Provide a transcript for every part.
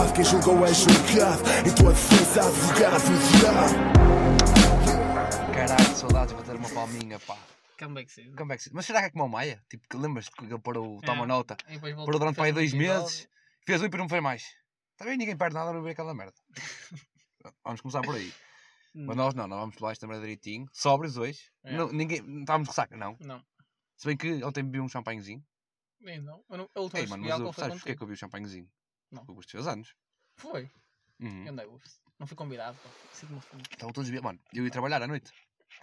lado. Quem julgou é julgado. Em tua defesa, advogado, Caralho, saudades de bater uma palminha, pá. Comeback cedo. Mas será que é como o Maia? Tipo, que lembras-te que ele parou, toma nota, E depois voltou, parou durante para aí fez 2 um episódio. meses, fez um e depois não fez mais. Está bem, ninguém perde nada a ver aquela merda. Vamos começar por aí. Mas nós não vamos lá esta merda direitinho. Sóbrios hoje. Não estávamos de ressaca, não. Não. Se bem que ontem bebi um champanhezinho. Nem não. A última Ei, vez mano, que mas álcool foi sabes porquê contigo. que eu bebi o champanhezinho? Não. O Augusto fez anos. Foi. Uhum. Eu andei Augusto. Não fui convidado, pá. Sinto-me ofendido. Estavam todos bebidos. Mano, eu ia trabalhar à noite.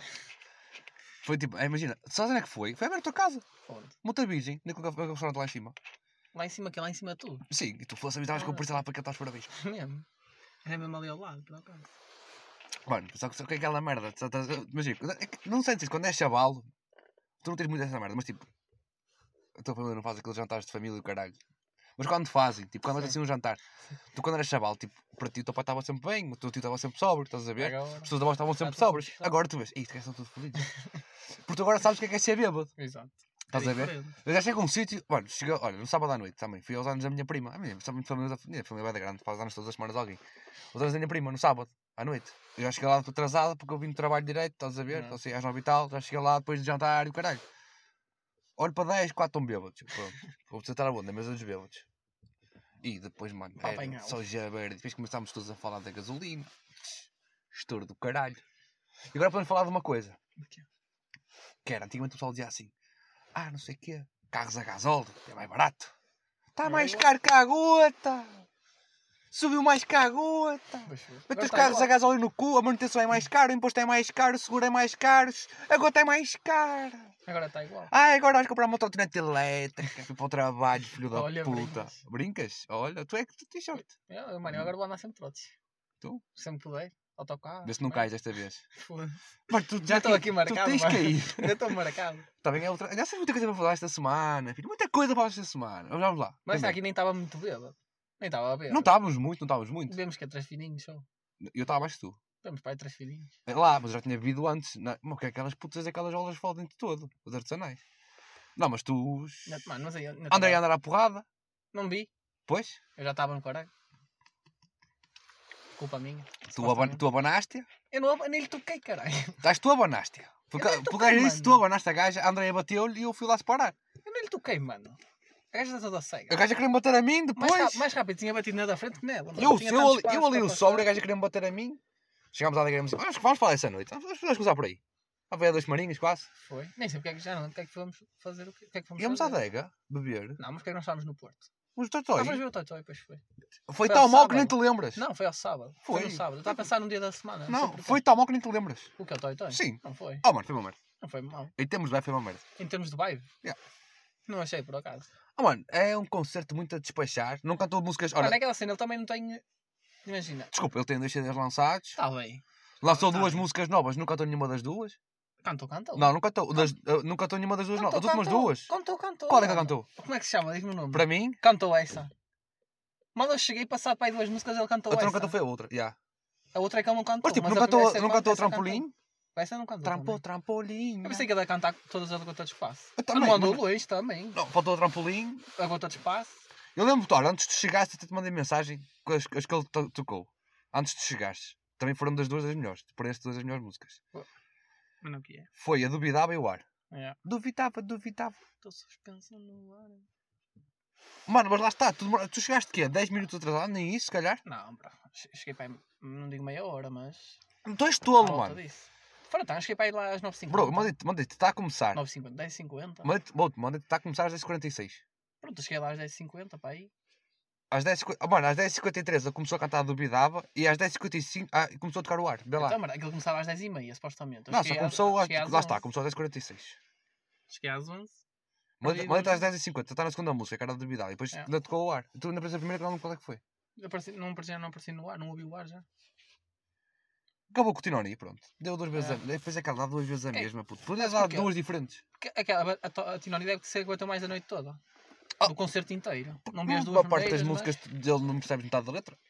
Foi tipo, imagina, sabes onde é que foi? Foi a ver a tua casa. Onde? Muita virgem, naquele restaurante lá em cima. Lá em cima, que é lá em cima de tudo. Sim, e tu fosse a estavas com o preço lá para cantar os parabéns. Mesmo. Era mesmo ali ao lado, por acaso. Mano, só que é aquela merda. Imagina, não sentes isso, quando és chavalo, tu não tens muito essa merda, mas tipo, a tua família não faz aqueles jantares de família e o caralho. Mas quando fazem, tipo, quando fazem assim um jantar, tu quando eras chaval, tipo, para ti o teu pai estava sempre bem, o teu tio estava sempre sóbrio, estás a ver? Agora, As pessoas da voz estavam sempre estão sóbrias. todos Agora tu vês, isto são todos felizes. Porque tu agora sabes o que é ser bêbado. Exato. Estás a ver? diferente. Eu já chego a um sítio, olha, no sábado à noite também, fui aos anos da minha prima. A minha família vai da grande, faz anos todas as semanas alguém. Os anos da minha prima, no sábado, à noite. Eu já cheguei lá atrasado porque eu vim do trabalho direito, estás a ver? Não. Assim, às 9 e tal, já cheguei lá depois de jantar e o caralho. Olho para 10, 4 estão bêbados. Pronto, vou sentar a na mesa dos bêbados. E depois, mano, Para era apanhá-los. só jaber. Depois começámos todos a falar da gasolina. Estouro do caralho. E agora podemos falar de uma coisa. Que era, antigamente o pessoal dizia assim: ah, não sei o quê, carros a gasóleo, é mais barato. Está Não é mais igual. caro que a gota. Subiu mais que a gota. Pois foi. Mete Agora os está carros a igual. gasóleo no cu, a manutenção é mais cara, o imposto é mais caro, o seguro é mais caro, a gota é mais cara. Agora está igual. Ai, agora vais comprar uma trotinete elétrica, fui para o trabalho, filho da Olha, puta. Brincas? Olha, tu é que tu tens sorte. Mano, eu agora vou andar sempre trotes. Tu? Sempre puder. Autocarro. Vê se não cais desta vez. Foda-se. Mas tu Já estou aqui tu marcado, tens mano. que ir. Já estou marcado. Também é outra. Já sabes muita coisa para falar esta semana, filho. Muita coisa para falar esta semana. Vamos lá. Mas Primeiro. aqui nem estava muito bêbado. Nem estava a beber. Não estávamos muito. Bebemos que é 3 fininhos só. Eu estava mais que tu. Bebemos para aí 3 fininhos. É lá, mas eu já tinha bebido antes. Não, mas que é aquelas putas, aquelas olas fodem de todo. Os artesanais. Não, mas tu. Mano, não sei. Andrei a andar à porrada. Não vi. Pois? Eu já estava no caralho. Culpa minha. Tu abanaste. Eu não, nem lhe toquei, caralho. Estás tu abanaste. Porque Eu nem o toquei, gajo disse, mano. tu abanaste a gaja, a Andréia bateu-lhe e eu fui lá separar. Eu nem lhe toquei, mano. A gaja está toda cega. A gaja queria me bater a mim depois. Mais rápido tinha batido na da frente que nela. Eu ali o sobre, a gaja queria me bater a mim. Chegámos à alegria e disse, vamos falar essa noite. Vamos começar por aí. A ver 2 marinhos quase. Foi. Nem sei porque é que já não lembro. O que é que fomos fazer? O que é que fomos Íamos à fazer? adega, beber. Não, mas porque é que nós estávamos no Porto? Uns Ah, totóis. fomos ver o Totói, depois foi. Foi Foi tão ao mal que nem sábado. te lembras. Não, foi ao sábado. Foi. No sábado. Eu estava a pensar num dia da semana. sei Não, porquê. foi tão mal que nem te lembras. O que é o Totói? Sim. Não foi. Oh, mano, foi uma merda. Não foi mal. Em termos de bem, foi uma merda. Em termos de vibe? Yeah. Não achei, por acaso. Oh, mano, é um concerto muito a despachar. Não cantou músicas. Olha, Ora, naquela cena ele também não tem... Imagina. desculpa, ele tem 2 CDs lançados. Está bem. Lançou Tá 2 bem. músicas novas, não cantou nenhuma das duas. Cantou. Não, não cantou. Não cantou nenhuma das duas novas. As últimas duas. Cantou. Qual é que ele cantou? Como é que se chama? Diz-me o nome. Para mim, Cantou essa. Mal eu cheguei, passado para aí 2 músicas, ele cantou a outra essa. não cantou foi a outra. Yeah. A outra é que ele não cantou. Mas tipo, mas não a- cantou essa o essa trampolim? cantou. Essa não cantou. Trampolim. Eu pensei que ele ia cantar todas as gotas de espaço. Eu Ah, também, não andou mas- longe também. Não, faltou o trampolim. A gota de espaço. Eu lembro-te, olha, antes de chegares, até te mandei mensagem com as que ele tocou. Antes de chegares. Também foram das duas das melhores. Por estas 2 as melhores músicas. Mas não que é. Foi a Duvidava e o Ar. É. Duvidava. Estou suspenso no ar. Mano, mas lá está. Tu chegaste quê? 10 minutos atrasado? Nem isso, se calhar? Não, bro. Cheguei para aí, não digo meia hora, mas... Tu és à tolo, volta mano. disso. Fora, então, cheguei para aí lá às 9h50. Bro, mandei-te, está a começar. 9h50, 10h50. Mandei-te, está a começar às 10h46. Pronto, eu cheguei lá às 10h50 para aí. Às 10h53 ele começou a cantar a Duvidava e às 10h55 começou a tocar o ar. Vê lá. Então, mano, aquilo começava às 10h30, supostamente. Eu Não, só cheguei começou cheguei às lá está, 11. começou às 10h46. Cheguei às 11. Mandei-te às 10h50, está na segunda música, que era a Duvidava. E depois É. ainda tocou o ar. Tu ainda pensas a primeira que não lembro qual é que foi. Não apareci no ar, não ouvi o ar já. Acabou com o Tinoni, pronto. Deu 2 vezes É. Depois é que ela dá 2 vezes a É. mesma, puto. Podia Sabes dar porquê? 2 diferentes. Porque a Tinoni deve ser que aguentou mais a noite toda. Ah. Do concerto inteiro. Não vi as Uma duas parte das primeiras, músicas dele não percebes metade da letra.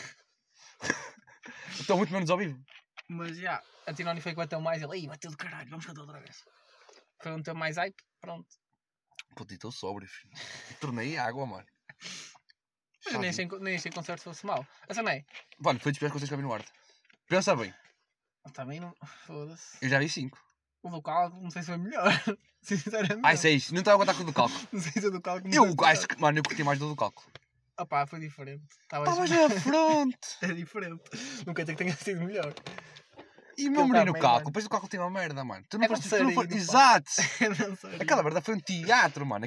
Estou muito menos ao vivo. Mas já, a Tinoni foi que bateu mais. Ele, bateu do caralho, vamos cantar outra vez. Foi um tema mais hype, pronto. Puto, e estou sóbrio, filho. Tornei água, mano. Mas eu nem achei que o concerto fosse mau. A cena é. Olha, foi dos piores concertos que eu vi no Arte. Pensa bem, Também não. Foda-se. eu já vi 5. O do Calco, não sei se foi melhor. Sinceramente. Ai, 6. Não estava a contar com o do cálculo. Não sei se o do Calco não Eu foi melhor. acho que, mano, eu curti mais do cálculo. Opá, foi diferente. Estavas à frente. É diferente. Nunca tem que tenha sido melhor. E o meu Aquele menino também, cálculo, mano. depois o cálculo tem uma merda, mano. Tu não É foste. dançarino, pá. Exato! Dançarino. Aquela merda foi um teatro, mano.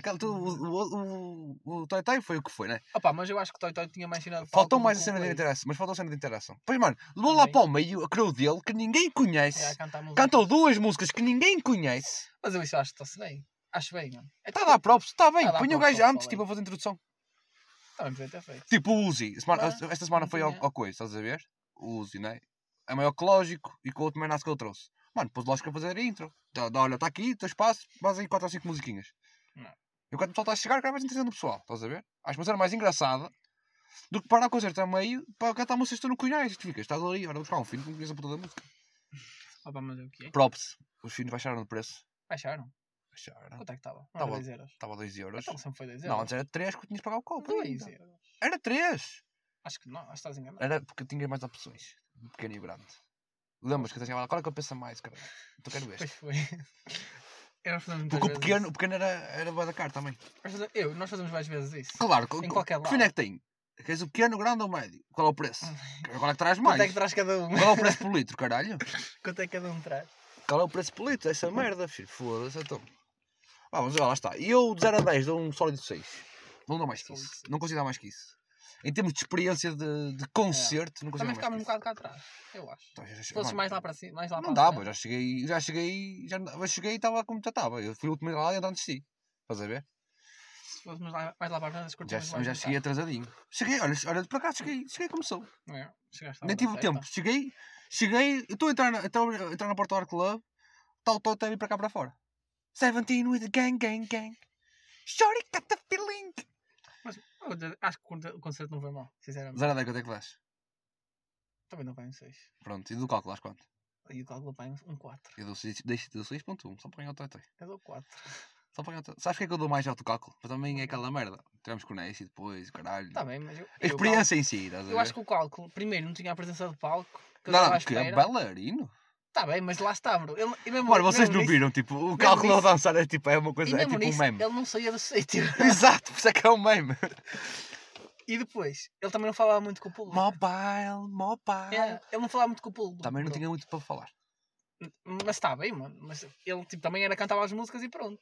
O Toy Toy foi o que foi, né? Opá, mas eu acho que o Toy Toy tinha mais cena de palco Faltou do mais a que o cena de Blaze. interação. Mas faltou a cena de interação. Pois, mano, levou lá Também. para o meio a crew dele que ninguém conhece. É, a cantar música. Cantou 2 músicas que ninguém conhece. Mas eu isso acho que está-se bem. Acho bem, mano. É Está a dar props, está bem. Tá a dar Põe o props gajo ao antes, pessoal tipo, a fazer a introdução. Também podia ter feito. Tipo o Uzi. Esta semana não foi tinha. ao coisa, estás a ver? O Uzi, né? É maior que lógico e com o outro menace que ele trouxe. Mano, pôs lógico a fazer a intro. Olha, está aqui, teu espaço, vais aí 4 ou 5 musiquinhas. Não. E quando o pessoal está a chegar, o cara vai entretendo o pessoal, estás a ver? Acho que uma cena mais engraçada do que parar o concerto a meio para cantar músicas que tu não conheces. Tu ficas, estás ali, olha, buscar um filho que não conheces a puta da música. Opa, mas é o que é? Props. Os filhos baixaram de preço. Baixaram? Baixaram. Quanto é que estava? Não Tava- era 2 euros. Estava 2 euros. Então sempre foi 2 Não, euros. antes era 3 que tinhas de pagar o copo. 2 ainda. euros. Era 3. Acho que não, acho que estás enganado. Era porque tinha mais opções. Pequeno e grande. Lembras que eu chegava lá, qual é que eu penso mais, cara? Tu quero este. Pois foi. Nós fazemos muitas Porque o vezes pequeno era bué da caro também. isso. Nós fazemos mais vezes isso. Claro, Em qualquer que lado. fim é que tem? Queres o pequeno, o grande ou o médio? Qual é o preço? Qual é que traz mais? Quanto é que traz cada um? Qual é o preço por litro, caralho? Quanto é que cada um traz? Qual é o preço por litro? Essa merda, filho. Foda-se, então. Vamos ver, lá está. E eu de 0 a 10 dou um sólido 6. Não dou mais que isso. Sólido. Não consigo dar mais que isso. Em termos de experiência de concerto, não consigo Também dar mais ficámos um que isso. bocado cá atrás. Eu acho. Então, Se fosses mais lá para cima, mais lá Não para a dava, frente. já cheguei e estava como já estava. Eu fui o último lá e então desci. Estás a ver? Se fôssemos mais lá para a frente, as curtidas mais Já cheguei atrasadinho. Cheguei, olha, por acaso cheguei como sou. Não é? Chegaste à Nem hora tive certa. tempo. Cheguei, eu estou a entrar na porta do Art Club, está o Toto a vir para cá para fora. 17 with the gang. Shorty got the feeling. Mas acho que o concerto não foi mau, sinceramente. 0 a 10, quanto é que dás? Também não vai um 6. Pronto, e do cálculo, às quanto? Aí o cálculo vai um 4. Eu dou 6.1, só para ganhar o Toto. Eu dou 4. Só para ganhar o Toto. Sabes o que é que eu dou mais ao cálculo? Mas também é aquela merda. Tivemos com o Nessie depois, caralho. Está bem, mas A experiência em si, estás a ver? eu acho que o cálculo, primeiro, não tinha a presença de palco. Que eu Não, estava à que é espera. bailarino. Está bem, mas lá está, bro. Ele, e mesmo, Mano, vocês mesmo não nisso- viram, tipo, o cálculo a nisso- dançar é tipo, é uma E coisa, é mesmo tipo um nisso, meme. ele não saía do sítio. Exato, por isso é que é um meme. E depois, ele também não falava muito com o público. Mobile. É, ele não falava muito com o público. Também não bro. tinha muito para falar. Mas está bem, mano. Mas ele tipo, também era cantar as músicas e pronto.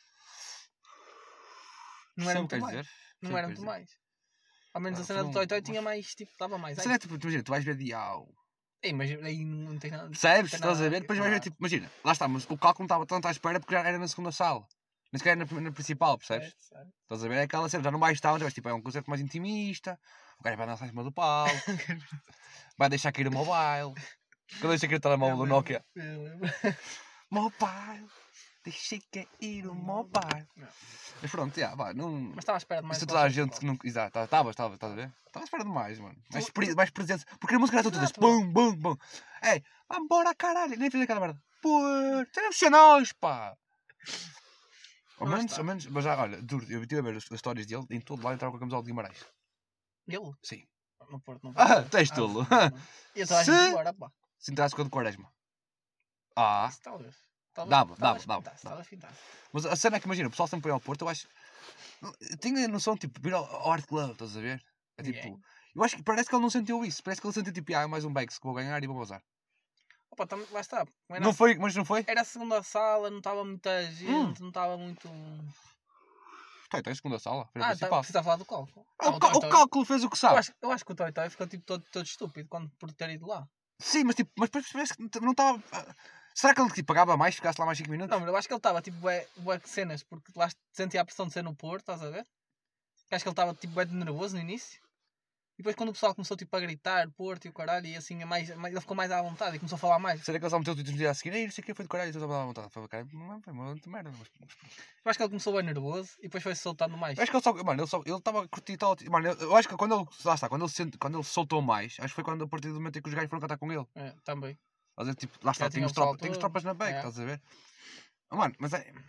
Não era Percebo o que muito queres mais. dizer? Não Percebo era o muito que mais. Ao menos Ah, a cena do foi Toy Toy um- tinha mais, tipo, dava mais. Isso é tipo, imagina, tu vais ver Diau. Ei, mas aí não tem nada. Percebes? não tem Estás a nada ver? Depois vais ver, nada. tipo, imagina, lá está, mas o cálculo não estava tanto à espera porque já era na segunda sala. Nem sequer era na principal, percebes? Certo, certo. Estás a ver? É aquela cena, já não vais estar, já vais tipo, é um concerto mais intimista, o gajo vai dançar em cima do palco, vai deixar cair o mobile. Quando deixa cair o telemóvel do Nokia. Eu lembro. Mobile, deixei cair o mobile. Não. Mas pronto, já, vá, não. Mas estava à espera de mais. Isso toda a concertos, gente que pá. não. Exato, estava a ver? Estava à espera de mais, mano. Mais presença. Porque a música era toda Exato. bum, bum, bum. Ei, vambora caralho, nem fiz aquela merda. Pô, temos nós, pá. Ao Lá menos, está. mas já, olha, duro, eu estive a ver as histórias dele, em todo lado entrava com a camisola de Guimarães. Ele? Sim. No Porto, não Ah, tens tolo. E eu estava a Se- gente embora, pá. Se entrasse com a de Quaresma. Ah, Isso talvez. Talvez- Dava. Talvez pintasse. mas a cena é que imagina, o pessoal sempre foi ao Porto, eu acho. Eu tenho a noção, tipo, vir ao Art Club, estás a ver? É tipo. Ninguém. Eu acho que parece que ele não sentiu isso. Parece que ele sentiu tipo, é mais um Bags que vou ganhar e vou usar. Opa, lá está. Não foi, mas não foi? Era a segunda sala, não estava muita gente, não estava muito. Tá, então é a segunda sala, foi a Ah, principal. precisa falar do cálculo. Ah, Não, o cálculo fez o que sabe. eu acho que o Toy Toy ficou tipo todo estúpido quando, por ter ido lá. Sim, mas tipo, mas depois parece que não estava. Será que ele tipo, pagava mais, ficasse lá mais 5 minutos? Não, mas eu acho que ele estava tipo bué de cenas, porque lá sentia a pressão de ser no Porto, estás a ver? Eu acho que ele estava tipo bué de nervoso no início. E depois quando o pessoal começou tipo a gritar Porto e o caralho, e assim ele ficou mais à vontade e começou a falar mais. Será que ele só meteu o título no dia a seguir? Ei, não sei o que foi do caralho, eu estava à vontade. Foi, caralho, não foi muito merda. Eu acho que ele começou bem nervoso e depois foi se soltando mais. Eu acho que ele só. Mano, ele estava a curtir tal. Mano, eu acho que quando ele. Lá está, quando ele soltou mais, acho que foi quando a partir do momento em que os gajos foram cantar com ele. É, também. Estás a ver? Tipo, lá está, Já tem tinha os o pessoal tropas, todo. tropas na back, É. estás a ver? Mano, mas é.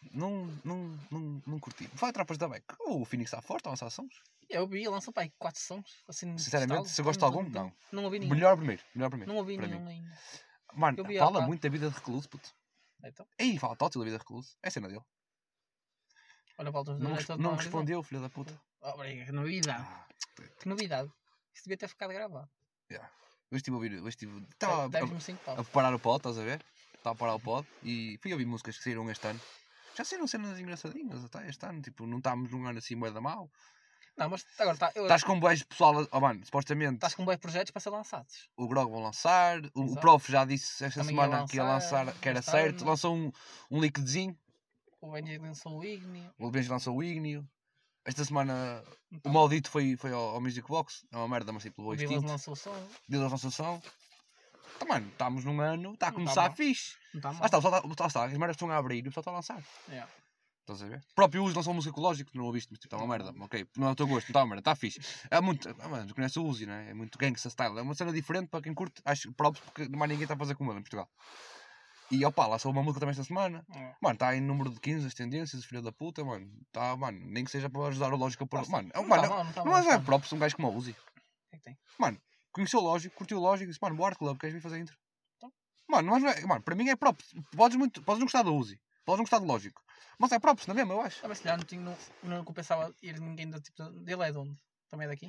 não curti. Fala de tropas da Beck. O Phoenix está forte, a lançar sons. Eu vi, lançou para aí 4 sons. Assim, Sinceramente, se gosto de algum, não. Não ouvi nenhum. Melhor primeiro. Não ouvi para nenhum mim. ainda. Mano, Eu vi fala há- muito da vida de recluso, puto. Então, Ei, fala tótil da vida de recluso. É a cena dele. olha, volta Não respondeu, filho da puta. Que novidade. Ah, Que novidade. Isso devia ter ficado gravado. yeah. Hoje estive a ouvir. Estava Deves-me 5 a paus. preparar o pod, estás a ver? Estava a preparar o pod e fui ouvir músicas que saíram este ano. Já saíram cenas engraçadinhas até este ano. Tipo, não estamos num ano assim bué da mal. Não, mas agora Estás com boés pessoal. Oh, mano, supostamente estás com bons projetos para ser lançados. o Grog vão lançar. O Exato. Prof já disse esta Também semana ia que ia lançar, lançar que era este certo. ano. Lançou um liquidzinho. O Benji lançou o Igni. O Benji lançou o Ignio. Esta semana Então, o Maldito foi ao Music Box. É uma merda, mas tipo, o levou Vilas extinto. lançou o som. Deus lançou som. Então, mano, estamos num ano. Está a Não começar tá mal. fixe. Não está mal. Lá está, as merdas estão a abrir e o pessoal está a lançar. Yeah. Estás a ver? O próprio Uzi lançou música ecológica, tu não ouviste, mas tipo, está uma merda. Ok, não é o teu gosto, não está uma merda, está fixe. É muito. Mano, conhece o Uzi, não é? É muito gangsta style. É uma cena diferente para quem curte. Acho próprio porque mais ninguém está a fazer como ele em Portugal. E opá, lançou uma música também esta semana. Yeah. Mano, está em número de 15 as tendências, filho da puta, mano. Tá, mano, nem que seja para ajudar o Lógico a pôr. Mano, Não mano, tá mal, não tá não mal, é tá mal. próprio um gajo como o Uzi. O que é que tem? Mano, conheceu o Lógico, curtiu o Lógico e disse, mano, Board Club, queres vir fazer intro? Então? Mano, mas não é, mano, para mim é próprio. Podes não gostar do Uzi, podes não gostar do Lógico. Mas é próprio, não é mesmo, eu acho. Ah, mas se calhar não compensava ir ninguém do tipo. Dele é de onde? Também é daqui?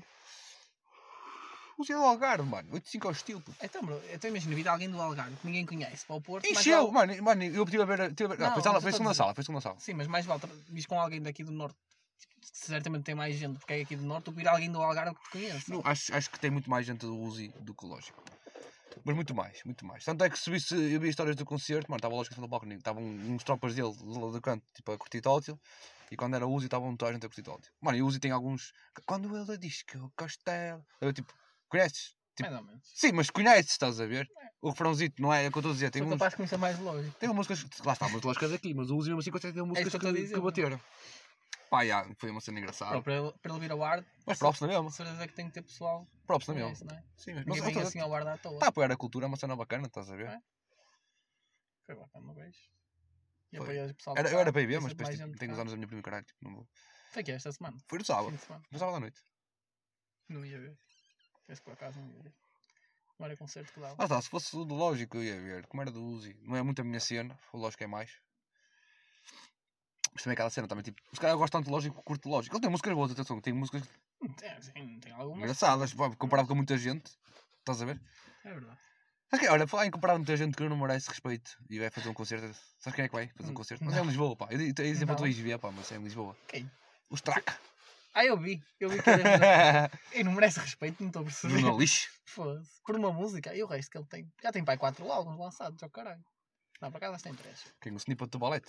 Uzi é do Algarve, mano. 85 é o estilo, puto. Então, bro, então imagina, vir alguém do Algarve que ninguém conhece para o Porto. mais Encheu, vale- mano, eu estive a ver. Não, Foi mas eu segunda tô a sala. Sim, mas mais vale vis com alguém daqui do Norte. Que certamente tem mais gente porque é aqui do Norte do que vir alguém do Algarve que te conhece. Não, acho que tem muito mais gente do Uzi do que o Lógico. Mas muito mais, muito mais. Tanto é que se visse, eu vi histórias do concerto, mano, estava o Lógico no palco, estavam uns tropas dele lá do canto, tipo, a curtir tótil. E quando era o Uzi, estavam toda a gente a curtir tótil. Mano, e o Uzi tem alguns. Quando ele diz que eu castelo. Eu tipo, conheces? Tipo, Mais ou menos. sim, mas conheces, estás a ver? O refrãozito, não é o que eu estou a dizer. Tem Sou uns. capaz de conhecer mais lógico. Tem músicas. Lá está, mas lógicas aqui, mas o Uzi mesmo assim consegue ter músicas isso que eu tô a dizer, que bateram. Pá, já, foi uma cena engraçada. Para ele vir ao ar, Mas props na mesma. com certeza que tem que ter pessoal. Props na que mesma. conhece, não é? Sim, mas Ninguém vem assim ao ar à toa. está a apoiar a cultura, é uma cena bacana, estás a ver? É. Foi bacana, não vejo. E Foi. apoiei o pessoal. Eu era para ir ver, Tem mas sempre depois mais tipo, gente tenho cá. os anos da minha prima caralho, tipo, não vou. Foi que é esta semana? Foi no Fim sábado, de semana. no sábado à noite. Não ia ver. Esse por acaso não ia ver. Não era concerto que dava. Ah tá, se fosse o do Lógico eu ia ver, como era do Uzi. Não é muito a minha cena, o Lógico é mais. Mas também aquela cena, também tipo, os caras gostam tanto do Lógico, curto Lógico. Ele tem músicas boas, atenção, tem músicas Tem algumas. engraçadas, pá, comparado com muita gente. Estás a ver? É verdade. Sabes que, olha, falar em comparar muita gente que não merece respeito e vai fazer um concerto. Sabes quem é que vai fazer um concerto? Mas é em Lisboa, pá. Eu ia dizer para Não. tu ires ver, pá, mas é em Lisboa. Quem? Os Traca. Ah, eu vi. Eu vi que ele e não merece respeito, não estou a perceber. Jornalista. Foda-se. Por uma música. E o resto que ele tem. Já tem pai 4 álbuns lançados, ó caralho. Não, por acaso tem 3. Quem? O Snippet do Balete?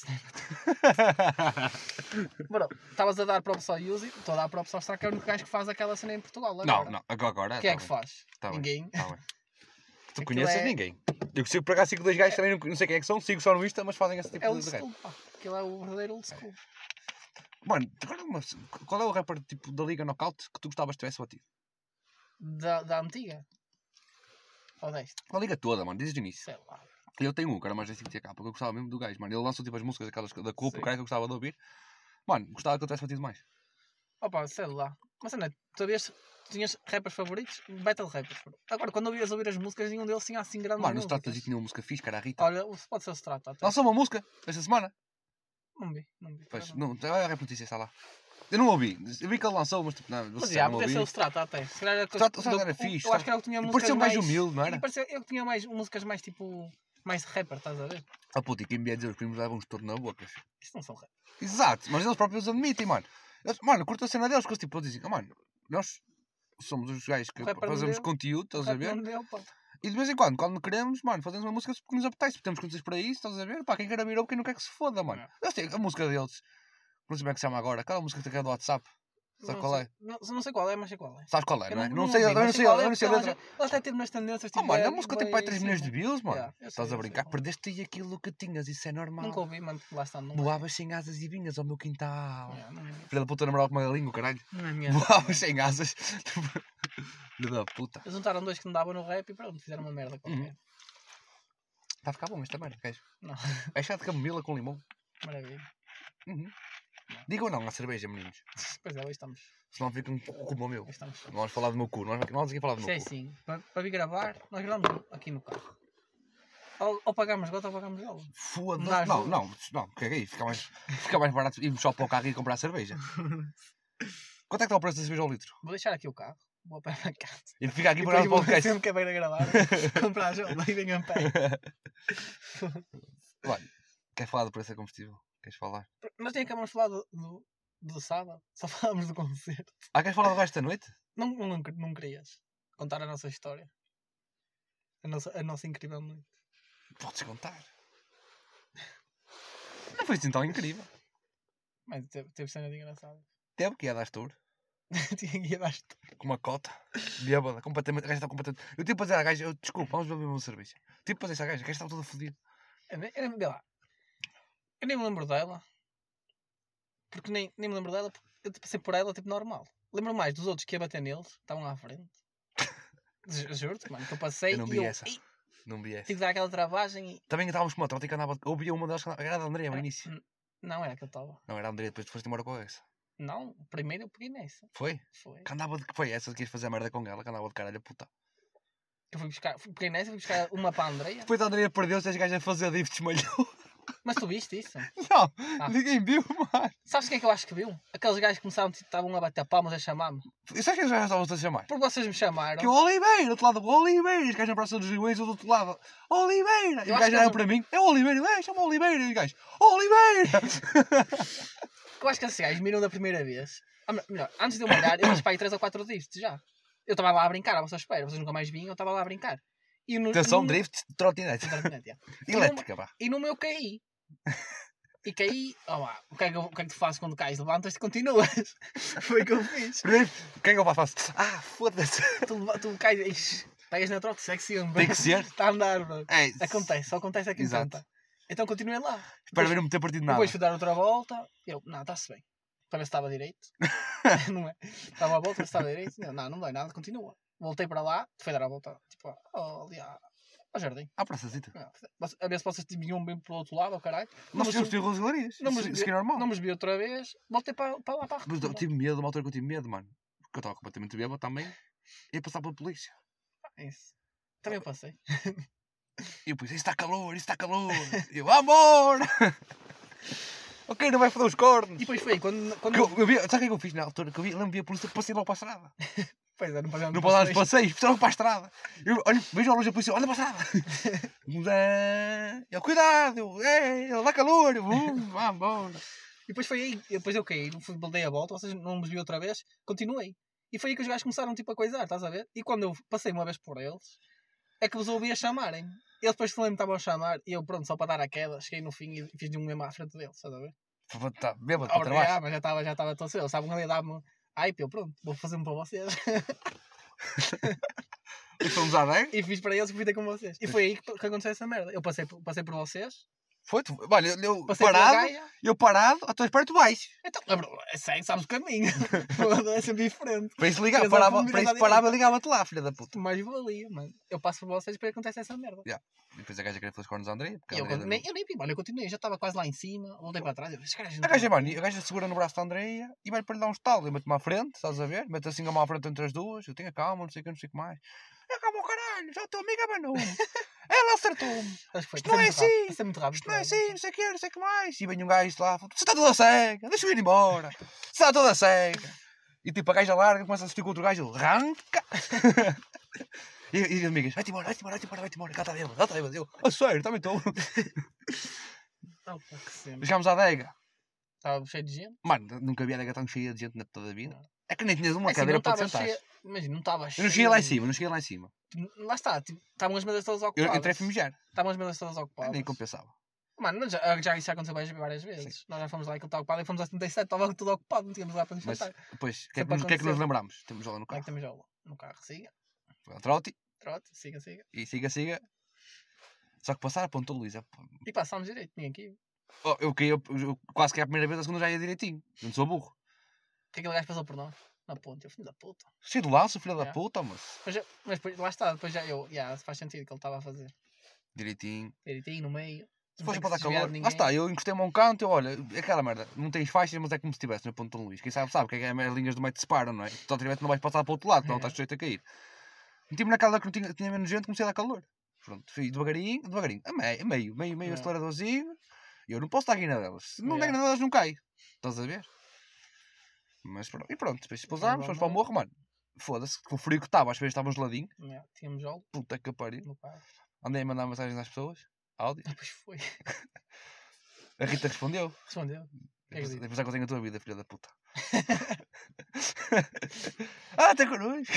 Bro, estavas a dar props ao Yuzi, estou a dar props ao Straka, que é o único gajo que faz aquela cena em Portugal. Não, Agora. não, agora. Quem é tá que bem, faz? tá bem, Ninguém. tá bem. Tu Aquilo conheces é- ninguém. Eu sigo por acaso sigo dois gajos, também não sei quem é que são, sigo só no Insta, mas fazem esse tipo É old de rap. school, pá. Aquilo é o verdadeiro old school. Mano, agora qual é o rapper tipo da Liga Knockout que tu gostavas que tivesse batido? Da antiga? Ou desta? A liga toda, mano, desde o início. Sei lá. Eu tenho um, que era mais assim que tinha cá, porque eu gostava mesmo do gajo, mano. Ele lançou tipo as músicas aquelas da Copa, Sim. o cara que eu gostava de ouvir. Mano, gostava que eu tivesse batido mais. Opa, sei lá. Mas não é, tu tinhas rappers favoritos? Battle rappers. Bro. Agora, quando eu ias ouvir as músicas, nenhum deles tinha assim grande Mano, o música. Strategy tinha uma música fixe, cara, a Rita. Olha, pode ser o Strata até. Lançou uma música esta semana. Não vi, não vi. Pois, não. não, a rap notícia está lá. Eu não ouvi. Eu vi que ele lançou, mas tipo, não, Mas você já, não podia ouvi. ser o Strata até. Se calhar era O Strata era fixe, Eu acho que era o que tinha E músicas parecia um mais... gajo humilde, não era? E parecia, eu que tinha mais músicas mais tipo... Mais de rapper, estás a ver? Ah puta, e quem me ia dizer os primos levam um estouro na boca, filho. Isto não são rappers. Exato, mas eles próprios admitem, mano. Mano, curto a cena deles, que eles tipo, dizem, mano, nós somos os gajos que O rapper fazemos não deu. conteúdo, estás a ver? Não deu, pá. E de vez em quando queremos, mano, fazemos uma música porque nos apetece, porque temos condições para isso, estás a ver? Pá, quem quer ouvir, quem não quer que se foda, mano. Eles têm a música deles, não sei como é que se chama agora, aquela música que é do WhatsApp, sabe qual é? Não sei qual é, mas sei qual é. Sabes qual é, Eu não é? não Não ouvi, sei, eu mas não sei qual é, a porque letra. ela até teve nas tendências. Oh, tipo, mano, é, a música tem bem para aí 3 assim, milhões de views, mano. Yeah, eu sei, Estás a eu brincar, sei. perdeste aí aquilo que tinhas, isso é normal. Nunca ouvi, mano, lá está. Não Voavas sem asas e vinhas ao meu quintal. Yeah, não é- Filha da puta, namorava com uma galinha, o caralho. não é minha. Voavas sem asas. Filha da puta. Eles juntaram dois que não davam no rap e pronto, fizeram uma merda qualquer. Está a ficar bom esta merda, queres? Não. É chá de camomila com limão. Maravilha. Uhum. Digam não à cerveja, meninos. Pois é, hoje estamos. Senão ficam como o meu. Hoje estamos. Não vamos falar do meu cu. Não vamos aqui falar do Isso meu é cu. assim. Para vir gravar, nós gravamos aqui no carro. Ou pagamos gota ou pagamos golo. Foda-se. Não. Caguei. Fica mais barato irmos só para o carro e comprar cerveja. Quanto é que está o preço da cerveja ao litro? Vou deixar aqui o carro. Vou a pé para casa. E fica aqui E para o depois vou podcast. sempre que é para gravar. Comprar a jola e venho a pé. Olha, queres falar do preço da combustível? Queres falar? Nós nem acabamos de falar do sábado. Só falámos do concerto. Queres falar do resto da noite? Não querias contar a nossa história. A nossa incrível noite. Podes contar. Não foi assim tão incrível. Mas teve cena de engraçado. Teve que ia dar tour. Tinha que ir abaixo. Com uma cota. Bêbada. Completamente. A gaja está completamente. Eu tive para dizer à gaja, desculpa, vamos beber uma cerveja. Tive para dizer à gaja, a gaja estava toda fodida. Eu nem me lembro dela. Porque nem me lembro dela. Porque eu passei por ela tipo normal. Lembro mais dos outros que ia bater neles. Estavam à frente. Juro-te, mano. Que eu passei Eu não e vi essa. Não vi essa. tive que dar aquela travagem e... Também estávamos com uma troca que andava. Ouvia uma delas que era da Andrea ao início. Não era que eu estava. Não, era a Andrea, depois tu foste embora com essa. Não, primeiro eu peguei nessa. Foi? Foi. Que andava de. Foi essa que ias fazer a merda com ela, que andava de caralho, puta. Eu peguei nessa, fui buscar uma para a Andreia. Depois a Andrea perdeu-se e as gajas a fazer drift desmalhou. Mas tu viste isso? Não, Ah. ninguém viu, mano. Sabes quem é que eu acho que viu? Aqueles gajos que começaram, tipo, estavam a bater palmas a chamar-me. E sabes que as gajas estavam a chamar? Porque vocês me chamaram. Que o Oliveira, do outro lado, o Oliveira, os gajos na praça dos Juízes, do outro lado, Oliveira. E Eu o acho gajo que olhava eles- para mim, é o Oliveira, chama o Oliveira. E o gajo, Oliveira! Eu acho que esses gajos miram da primeira vez. Melhor, antes de eu mirar, eu fiz para aí 3 ou 4 drifts já. Eu estava lá a brincar, à vossa espera. Vocês nunca mais vinham, eu estava lá a brincar. E Atenção, drift, trotinete. Elétrica, pá. E no meu caí. E caí, o que é que tu fazes quando cais? Levantas-te e continuas. Foi o que eu fiz. Primeiro, o que é que eu faço? Foda-se. Tu cais, ixi, pegas na troca, segue sempre. Tem que ser. Está a andar, bro. É, Acontece, só acontece aqui em Exato. Santa. Então continuei lá. Espero ver não me ter partido nada. Depois fui dar outra volta. Eu, não, está-se bem. Para ver se estava direito. Não é? Estava a volta, ver se estava direito. Não dói nada, continua. Voltei para lá, fui dar a volta, tipo, ali ao jardim. À praçazita. A ver se vocês vinham bem para o outro lado, ao caralho. Nós tínhamos tido galerias. Isso que é normal. Não me vi outra vez. Voltei para lá, para a Mas eu rua. tive medo, uma altura que eu tive medo, mano. Porque eu estava completamente bêbado também. Ia passar pela polícia. Isso. Também eu passei. E eu pensei, isso está calor. E eu, amor! Ok, não vai foder os cornos. E depois foi quando Sabe o que é que eu fiz na altura? Que eu lembro vi a polícia, passei logo para a estrada. Pois é, não Não pode dar os passeios, passei logo para a estrada. Eu olho, vejo a loja da polícia, olha para a estrada. Eu, cuidado, dá calor. Vamos embora. E depois foi aí, e depois eu caí, dei a volta, vocês não me viram outra vez, continuei. E foi aí que os gajos começaram tipo a coisar, estás a ver? E quando eu passei uma vez por eles, é que vos ouvi a chamarem. Eles depois também me estavam a chamar e eu, pronto, só para dar a queda, cheguei no fim e fiz de um mesmo à frente deles, estás a ver? Tá, bêbado, para trabalho. Mas já estava todo cedo, sabem ali a dar-me. Ai, eu pronto, vou fazer-me para vocês. E fomos à adega. E fiz para eles e fui ter com vocês. E foi aí que aconteceu essa merda. Eu passei por vocês, Foi, olha, eu passei pela parado, Gaia. à tua espera tu vais. Então, é sério, sabes o caminho. É sempre diferente. Para isso ligar, Mas ao parava, fundo, para isso virado à parava e ligava-te lá, filha da puta. Mais valia, mano. Eu passo por vocês e depois acontece essa merda. E depois a gaja queria fazer os cornos à André. E eu nem vi, mano. Eu continuei, já estava quase lá em cima. Voltei para trás. A gaja segura no braço da Andreia e vai para lhe dar um estalo. Eu meto-me à frente, estás a ver? Meto assim a mão à frente entre as duas. Eu tenho calma, não sei o que, não sei o que mais. Calma o caralho, já a tua amiga abanou-me. Ela acertou-me. Isto não é assim. Isto é muito rápido. Isto não é assim, não sei o que, não sei o que mais. E vem um gajo lá, você está toda cega, deixa eu ir embora. Você está toda cega. E tipo, a gaja larga, começa a assistir com outro gajo, ele arranca. E as amigas, vai-te embora, cá está ele. Eu, a sério, também estou. Chegámos à adega. Estava cheio de gente. Mano, nunca vi a adega tão cheia de gente na toda a vida. É que nem tinhas uma Assim, cadeira não para te estava sentar. cheia. Imagina, não estava cheia. Eu não cheguei lá em cima, Lá está, tipo, estavam as mesas todas Eu ocupadas. entrei a fumigar. Estavam as mesas todas ocupadas. Nem compensava. Mano, isso já aconteceu várias vezes. Sim. Nós já fomos lá e aquilo estava ocupado e fomos a 77, estava tudo ocupado, não tínhamos lá para nos Mas sentar. depois, o Sempre que é que nos aconteceu. lembramos? Temos lá no Como é que carro. temos já no carro? Siga, Foi ao trote trote, siga. e siga. Só que passar a Ponta Luísa. E passámos direito, ninguém aqui. Oh, eu quase que é a primeira vez, a segunda já ia direitinho. Eu não sou burro. Que aquele gajo passou por nós? Na ponte, eu filho da puta. Cheio do laço, filho da É. puta, mas. Mas depois, lá está, depois já faz sentido que ele estava a fazer. Direitinho. Direitinho, no meio. Se fosse tem para dar que se desviar calor. de Lá ninguém. está, eu encostei-me a um canto, olha, aquela merda, não tens faixas, mas é como se estivesse na Ponta de Luís. Quem sabe que é as linhas do meio te separam, não é? Tu automaticamente não vais passar para o outro lado, então É. estás sujeito a cair. Meti-me naquela que não tinha menos gente, comecei a dar calor. Pronto, fui devagarinho, a meio É. aceleradorzinho. E eu não posso dar guina delas. Se não der É. guina delas, não cai. Estás a ver? Mas pronto, e pronto, depois pousámos, fomos para o morro, mano. Foda-se, que o frio que estava, às vezes estava um geladinho. É, tínhamos algo Puta que pariu. no carro. Andei a mandar mensagens às pessoas, áudio. Depois foi. A Rita respondeu. Respondeu. que é que eu digo? Depois já que eu tenho a tua vida, filha da puta. Até connosco.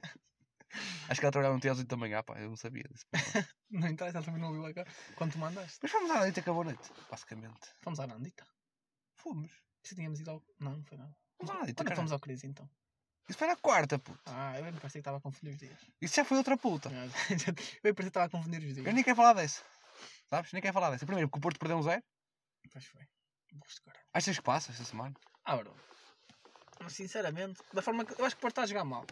Acho que ela trabalhava no teatro também, pá, eu não sabia disso. Não interessa, ele também não ouviu agora. Quando tu mandaste. Mas fomos à noite e acabou a noite, basicamente. Fomos à Nandita. Fomos. Se tínhamos ido ao. Não, não foi nada. Fomos à noite, Quando caralho. fomos ao Cris então? Isso foi na quarta, puto. Ah, eu me parecia que estava a confundir os dias. Isso já foi outra puta. Eu me parecia que estava a confundir os dias. Eu nem quero falar dessa. Sabes? Nem quero falar dessa. Primeiro, porque o Porto perdeu um 0. Pois foi. Gosto, cara. Achas que passa esta semana? Ah, bro. Mas sinceramente, da forma que. Eu acho que o Porto está a jogar mal.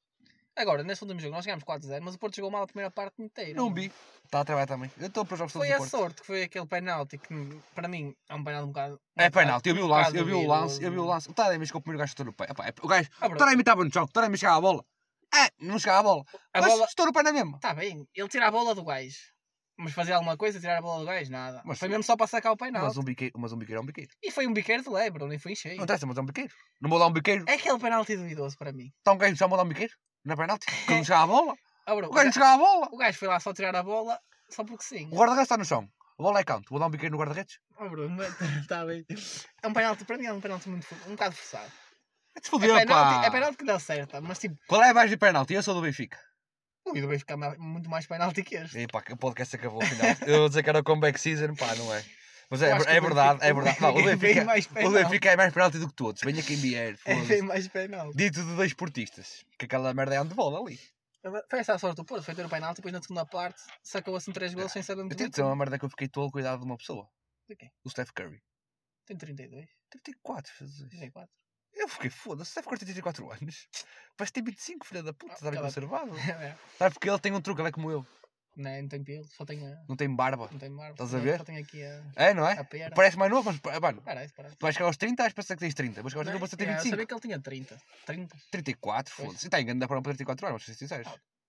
Agora, nesse último jogo, nós ganhámos 4-0, mas o Porto jogou mal a primeira parte inteira. Não vi. Está a trabalhar também. Eu estou para os jogos todos Foi do a Porto. sorte que foi aquele penalti que, para mim, é um penalti um bocado. É penalti, eu vi o lance, eu vi o duvidoso. lance. O Taremi chegou o primeiro gajo estourou o pé. Epá, o gajo, Ah, bro. o Taremi estava no chão, o Taremi chegava a bola. Não chegava a bola. A Mas bola- estourou o pé na mesma. Está bem, ele tira a bola do gajo. Mas fazia alguma coisa, tirar a bola do gajo? Nada. Mas foi sim. mesmo só para sacar o Mas penalti. um biqueiro é um biqueiro. E foi um biqueiro de lei, bro, nem foi em cheio. Não interessa, mas é um biqueiro. Não vou dar um biqueiro. É aquele penalti duvidoso para mim. Está um gajo já a dar um biqueiro? Não é penalti? Que não chegava a bola? Ah, bro, O gajo não chegava a bola. o gajo foi lá só tirar a bola, só porque sim. O guarda-redes está no chão. A bola é canto. Vou dar um biqueiro no guarda-redes? Ah, bro, está bem. É um penalti, para mim é um penalti um bocado forçado. Se fodeu, pá. É penalti que dá certo, mas tipo, Qual é mais de penalti? Eu sou do Benfica. o Ido vai ficar muito mais penalti que este. E pá, o podcast acabou ao final. Eu vou dizer que era o comeback season, pá, não é? Mas Eu acho que é o verdade, Benfica- é verdade. Não, o é bem mais o penalti. Benfica é mais penalti do que todos. Venha quem vier. É foda-se. bem mais penalti. Dito de dois portistas. Que aquela merda é handball ali. Foi essa a sorte do Porto, foi ter o penalti, depois na segunda parte sacou assim 3 gols sem saber Eu muito tenho bem. de dizer uma merda que eu fiquei tolo com a idade de uma pessoa. De quê? O Steph Curry. Tem 32, 34, Jesus. 34. Eu fiquei foda-se. O Steph Curry tem 34 anos. Parece que tem 25, filha da puta. Está bem Aquela- conservado. É, Sabe porque ele tem um truque, ele é como eu. não tem pelo, só tem Não tem barba. não tem barba. Estás a ver? Só tem aqui É, não a é? pera. Parece mais novo, mas, mano, Parece. tu vais chegar aos 30, vais pensar que tens 30. Mas chegar aos 30, Não, você tem Eu 25. sabia que ele tinha 30. 30. 34, Pois. foda-se. E tem ainda para 34 anos, se sinceros.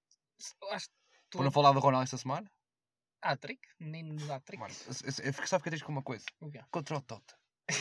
Eu acho que Por não falar do Ronaldo esta semana. há trick? Nem nos há trick. Mano, só fiquei triste com uma coisa. O quê? Contra o Tota.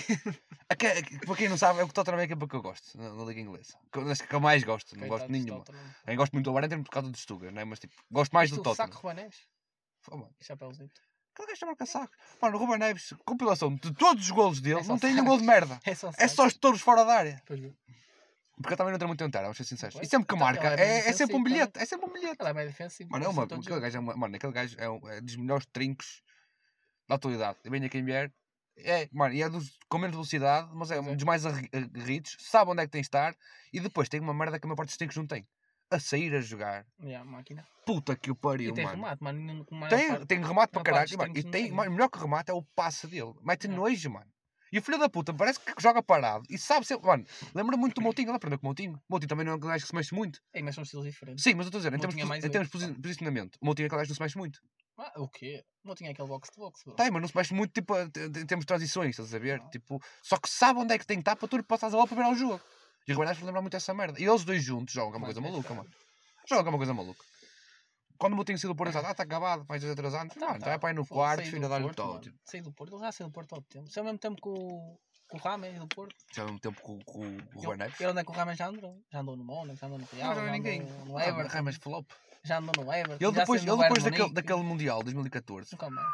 Para quem não sabe, é o Tottenham é a equipa que eu gosto na Liga Inglesa. Que eu mais gosto, não gosto de Coitados, nenhuma. Tottenham. Eu gosto muito do Bayern por causa do Stuttgart, não é? Mas tipo, gosto mais Viste do o saco Tottenham. Ruben Neves? Oh, mano, Chapéuzinho. aquele gajo marca saco. Mano, o Ruben Neves, compilação de todos os golos dele, É só não tem nenhum sacos. gol de merda. É só É só os touros fora da área. Pois viu. Porque eu também não entra muito em terra, vamos ser sinceros. Pois. E sempre que Então, marca, ele é bem é sempre um defensivo bilhete. É sempre um bilhete. Ele é bem defensivo. Mano, assim, todos aquele os gajo é, mano, aquele gajo é dos melhores trincos da atualidade. Venha quem vier. Mano, e é com menos velocidade, mas é Pois é. dos mais aguerridos. Sabe onde é que tem de estar. E depois tem uma merda que a maior parte dos trincos não tem. A sair a jogar. Yeah, máquina. Puta que o pariu, E tem mano. remate, mano. Tem remate para maior parte caralho. dos E, mano, e trincos não tem, tem. mano, o melhor que remate é o passe dele. Mete É. nojo, mano. E o filho da puta parece que joga parado. E sabe sempre. Mano, lembra muito do Moutinho. Ele aprendeu com o Moutinho. O Moutinho também não é um gajo que se mexe muito. Ei, mas são estilos diferentes. Sim, mas eu estou a dizer, em Moutinho é termos, mais em termos de oito, posicionamento, o Moutinho é aquele gajo que não se mexe muito. O quê? Não tinha aquele box to box, bro. Tem, mas não se mexe muito tipo, em termos de transições, estás a ver? Não. Tipo, só que sabe onde é que tem que estar para tu passares a bola para virar o jogo. E o Ruben Neves lembra muito essa merda. E eles dois juntos jogam, que é uma coisa maluca, mano. Jogam, que é uma coisa maluca. Quando o Moutinho saiu do Porto, está cagado, mais 2 ou 3 anos. Mano, já é para ir no quarto, filho a dar-lhe todo. Saí do Porto, ele já saiu do Porto há muito tempo. Se é ao mesmo tempo que o Rames do Porto. Já há um tempo com o Ruben Neves. Ele onde é que o Rames já andou? Já andou no Mónaco, já andou no Real, Não já joga ninguém. andou no Everton. Ah, mas flop. Já andou no Everton. Ele já depois, saiu do Bayern de Munique. daquele Mundial, 2014. Nunca mais.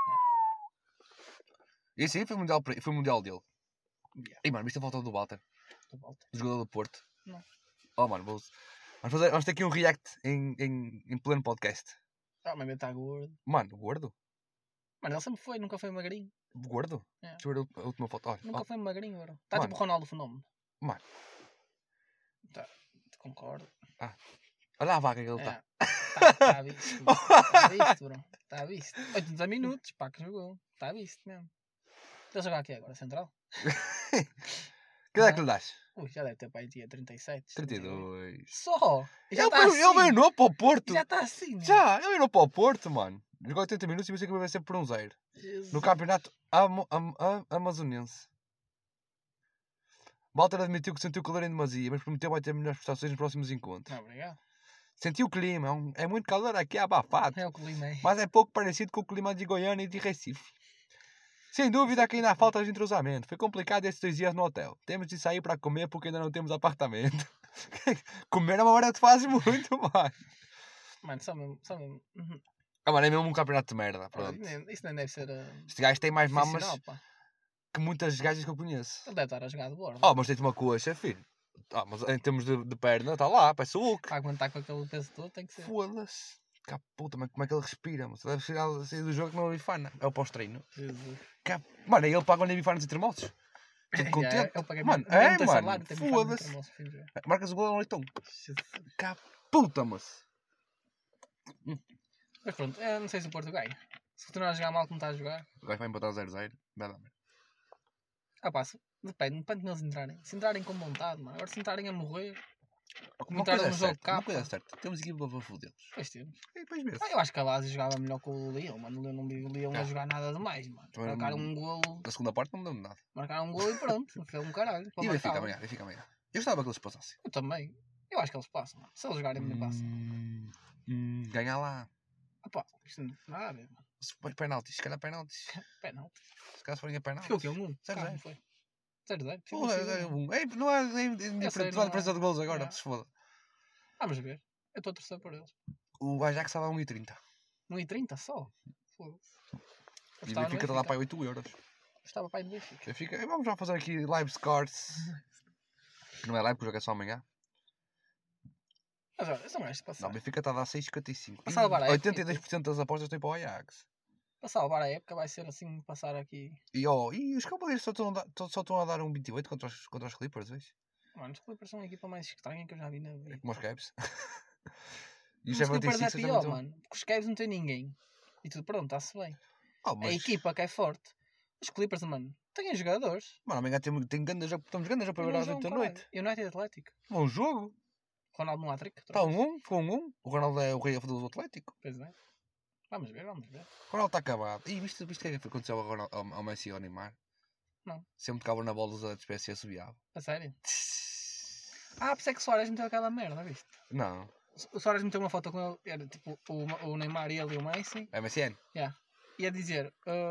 Esse aí foi o Mundial dele. Yeah, E mano, viste a volta do Walter? de volta. Do jogador do Porto? Não. Oh mano, vamos ter aqui um react em pleno podcast. Mas está gordo. Mano, gordo? Mano, ele sempre foi, nunca foi magrinho. Gordo? É. Deixa eu ver a última foto. Olha, Nunca foi magrinho, bro. Está Mano. tipo o Ronaldo Fenómeno. Mano. Tá, concordo. olha a vaga que ele está. Está visto. Está visto, bro. Está visto. 80 minutos, pá, que jogou. Está visto mesmo. Estou a jogar aqui agora, central. Que idade é que lhe das? Ui, já deve ter para aí dia 37. 32. Só! E já Ele está assim. veio novo para o Porto. Já está assim. né? Já, ele veio novo para o Porto, mano. Jogou 80 minutos e pensei que ia vencer por 1-0. Jesus. No campeonato amazonense. Walter admitiu que sentiu calor em demasia, mas prometeu vai ter melhores prestações nos próximos encontros. Não, obrigado. Sentiu o clima, é muito calor aqui, é abafado. É o que limei. Mas é pouco parecido com o clima de Goiânia e de Recife. Sem dúvida que ainda há falta de entrosamento. Foi complicado estes 2 dias no hotel. Temos de sair para comer porque ainda não temos apartamento. Comer é uma hora que faz muito mais. Mano, só mesmo. Ah, mano, é mesmo um campeonato de merda. Pronto. Isso nem deve ser. Este gajo tem mais mamas profissional, pá. que muitas gajas que eu conheço. Ele deve estar a jogar de bordo. Oh, mas tem-te uma coxa, filho. Ah, mas em termos de perna, está lá, parece o Hulk. Para aguentar com aquele peso todo, tem que ser. Foda-se. Cá, puta, mas como é que ele respira? Mas deve sair do jogo que não é bifana. É o pós-treino. Jesus. Cá, mano, ele paga o bifanas e termoços. Tudo contente. Eu paguei Mano, não é, tem mano. salário, tem Foda-se. Marcas o gol ao leitão. Jesus. Cá, puta, mas. Mas pronto, eu não sei se o Porto ganha. Se continuar a jogar mal como está a jogar. O gajo vai empatar 0-0. Vai dar merda. Ah pá, depende de eles entrarem. Se entrarem com vontade, mano. Agora se entrarem a morrer. Uma entraram coisa é no jogo certa. cá, Uma coisa é pá. certa. Temos equipa para fodê-los. Depois temos. E depois mesmo. Eu acho que a Lazio jogava melhor que o Leão, mano. Eu não vi o Leão a jogar nada demais, mano. Também não- Marcaram um golo. Na segunda parte não me deu nada. Marcaram um golo e pronto. Foi um caralho. E o Benfica amanhã. Eu estava que eles passassem. Eu também. Eu acho que eles passam, mano. Se eles jogarem, me passam. Ganhar lá. Ah pá, isto não tem nada a ver, mano. Se for penaltis, se calhar penaltis. Penalti. Se calhar se forem a penaltis. Ficou o quê? 1-1? Zero, Cá, zero. não foi? 0-0. Pô, Ficou 0-0. não é indiferente. Não há não diferença é. de gols agora. É. Se foda. Vamos ver. Eu estou a torcer por eles. O Ajax estava a 1,30. 1,30 só? Foda-se. Eu E o estava no Benfica está lá para 8 euros. Estava para aí do Benfica. Benfica, vamos já fazer aqui live scores. Que não é live, porque o jogo é só amanhã. Mas olha, são gajos de Não, passar. o Benfica está a dar 6,55. Para salvar a época, 82% das apostas estão para o Ajax. Para salvar a época vai ser assim, passar aqui. E os Cavaleiros só estão a dar um 28 contra os Clippers, vês? Mano, os Clippers são a equipa mais estranha que eu já vi na É vida. como os Cavs. E Os os Clippers é 76 pior, também mano. Porque os Cavs não tem ninguém. E tudo pronto, está-se bem. Oh, A mas, equipa que é forte. Os Clippers, mano, têm jogadores. mano, amanhã tem grande jogo. Estamos grande jogo para E ver não às jogam, 8 da caralho. noite. United Atlético. Bom jogo. Ronaldo no hat-trick. Está 1-1. Ficou 1-1. O Ronaldo é o rei do Atlético. Pois é. Vamos ver. O Ronaldo está acabado. E viste o que é que aconteceu ao Messi e ao Neymar? Não. Sempre tocava na bola dos adeptos do PSG assobiava. A sério? Ah, por isso é que o Soares meteu aquela merda, viste? Não. O Soares meteu uma foto com ele, era tipo o Neymar e ele e o Messi. É MSN? E a dizer,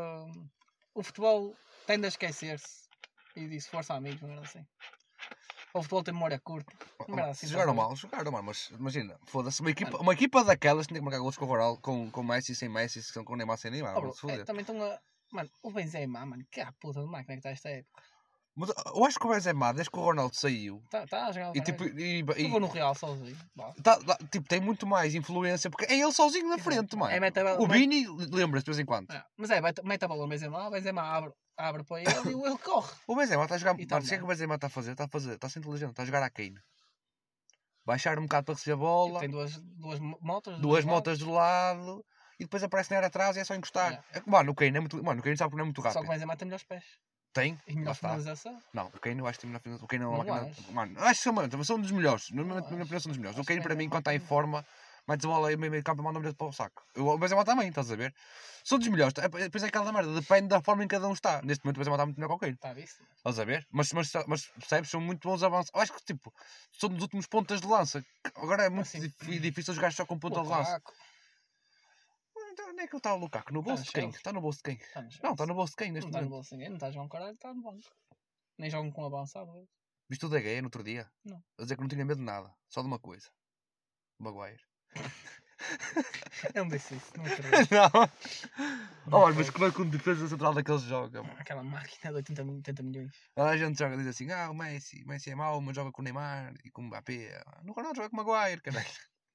o futebol tende a esquecer-se. E disse, força amigos, não era assim. O futebol tem memória curta. Não era assim. Jogaram mal, mas imagina, foda-se, uma equipa daquelas tinha que marcar gols com o Ronaldo, com Messi sem Messi, com o Neymar sem Neymar. Oh, bro, se foder. também estão a... Mano, o Benzema, mano, que a puta de máquina que está esta época. Mas eu acho que o Benzema, desde que o Ronaldo saiu, Está a jogar e tipo, Eu vou no Real sozinho. Vá. tipo, tem muito mais influência, porque é ele sozinho na frente, mano. É, mete a- O Vini, lembra-se de vez em quando. Mas mete a bola no Benzema, o Benzema abre para ele e ele corre. O Benzema está a jogar, E tá mano, o que é bem. que o Benzema está a fazer? Está a ser inteligente, está a jogar à Kane. Baixar um bocado para receber a bola, Tem duas motos. duas motas do lado, e depois aparece na área atrás e é só encostar. Mano, o Kane é muito, mano, o Kane sabe que não é muito Só que o rápido. Benzema tem melhores pés. Tem, E lá melhor está. finalização. Não, o Kane eu acho que tem melhor finalização. O Kane é uma Não máquina. acho. Mano, acho que são, mano, são um dos melhores. Na minha acho. opinião são dos melhores. O Acho Kane que para é mim, uma quando está em máquina. forma, mete a bola e meio campo manda um para o saco. O Benzema também, estás a ver? São dos melhores. Depois é aquela merda, depende da forma em que cada um está. Neste momento o Benzema está muito melhor que o Kane. Está visto? Estás a ver? Mas percebes, são muito bons avanços. Eu acho que tipo, são dos últimos pontas de lança. Agora é muito Assim, difícil jogar só com ponta de lança. Lukaku. Então, onde é que ele está o Lukaku? No bolso de quem? Chelsea. Está no bolso de quem? Está no Não, está no bolso de quem Não neste está no momento? bolso de ninguém, não está a jogar um caralho, está no banco. Nem jogam com avançado. eles. Viste o DG no outro dia? Não. A dizer que não tinha medo de nada. Só de uma coisa. Maguire. Ele me disse isso, não acredito. Não. Olha, mas como é que um defesa central daqueles joga? Mano? Aquela máquina de 80 milhões. A gente joga, diz assim, o Messi é mau, mas joga com o Neymar e com o Mbappé. No Ronaldo joga com o Maguire, caralho.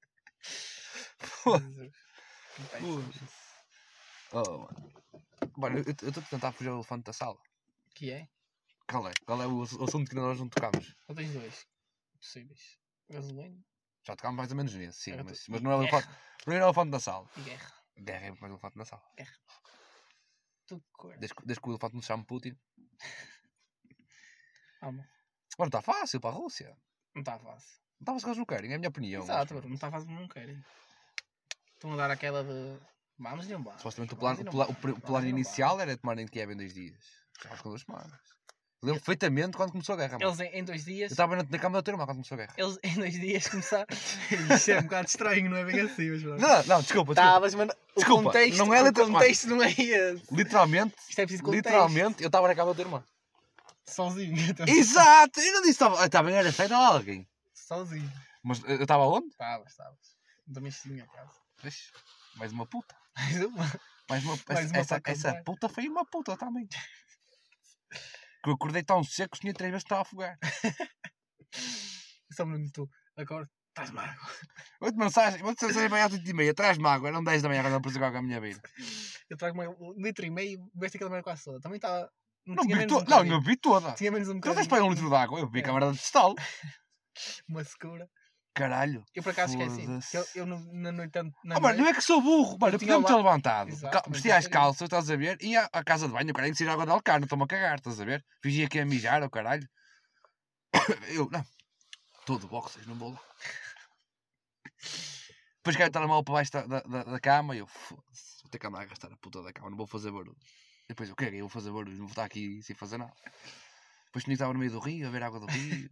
Pô. Jesus. Que Pô. péssimo. Oh, mano. Mano, eu estou a tentar fugir ao elefante da sala. Que é? Qual é o assunto que nós não tocamos? Só tens dois possíveis. Gasolina Já tocámos mais ou menos nesse, sim, Era mas tudo. não é o elefante, não é o elefante da sala. e guerra. Guerra é mais o elefante da sala. Tudo cor. Desde que o elefante nos chame Putin. Vamos. Mas não está fácil para a Rússia. Não está fácil. Não está fácil que eles não querem, é a minha opinião. Exato, não está fácil, não querem. Estão a dar aquela de Vamos e não vamos. Supostamente o Vamos plano, e não o vamos. plano Vamos e não inicial era tomar em Kiev em 2 dias. Estávamos com 2 semanas. Lembro perfeitamente quando começou a guerra. vamos. Mano. Eles em 2 dias. Eu estava na cama do teu irmão quando começou a guerra. Eles em 2 dias começaram. Isto é um bocado estranho, não é bem assim, mas pronto. Não, desculpa. Estavas, mas Desculpa, o contexto não é o letra- contexto não é esse. Literalmente, Isto é preciso contexto. literalmente, eu estava na cama do teu irmão. Sozinho. Então. Exato! Eu não disse que estava bem, era feito a alguém. Sozinho. Mas eu estava onde? Estavas. Também tinha casa. Ixi, mais uma puta. Mais uma. Mais uma, Mais uma essa para contar. puta foi uma puta também. Que eu acordei tão seco, tinha 3 vezes que estava a afogar. Só me lembro agora. Estás-me água. Outra mensagem vai às 8h30, traz-me água, eram 10 da manhã quando eu pus água à minha beira. Eu trago 1,5 litro, beste aquela merda quase toda. Também estava. Não tinha vi menos um toda, não, bocadinho. eu vi toda. Tinha menos um Tu bocadinho. tens para 1 litro de água, eu vi com a merda de estalo. Uma secura. Caralho. Eu por acaso esqueci. Foda-se. Que eu na noite. Na Mano, não é que sou burro, mano, eu tinha podia me ter lá- levantado, Exato, mas vesti as não sei. calças, estás a ver, ia à casa de banho, o caralho, tirar água de alcar, não estou-me a cagar, estás a ver? Fingia que ia mijar, o caralho. Eu, não, todo boxers, não vou lá. Depois quero estar mal para baixo da cama e eu, foda-se, vou ter que andar a gastar a puta da cama, não vou fazer barulho. E depois eu, o que é que eu vou fazer barulho? Não vou estar aqui sem fazer nada. Depois tinha que estar no meio do rio, a ver a água do rio.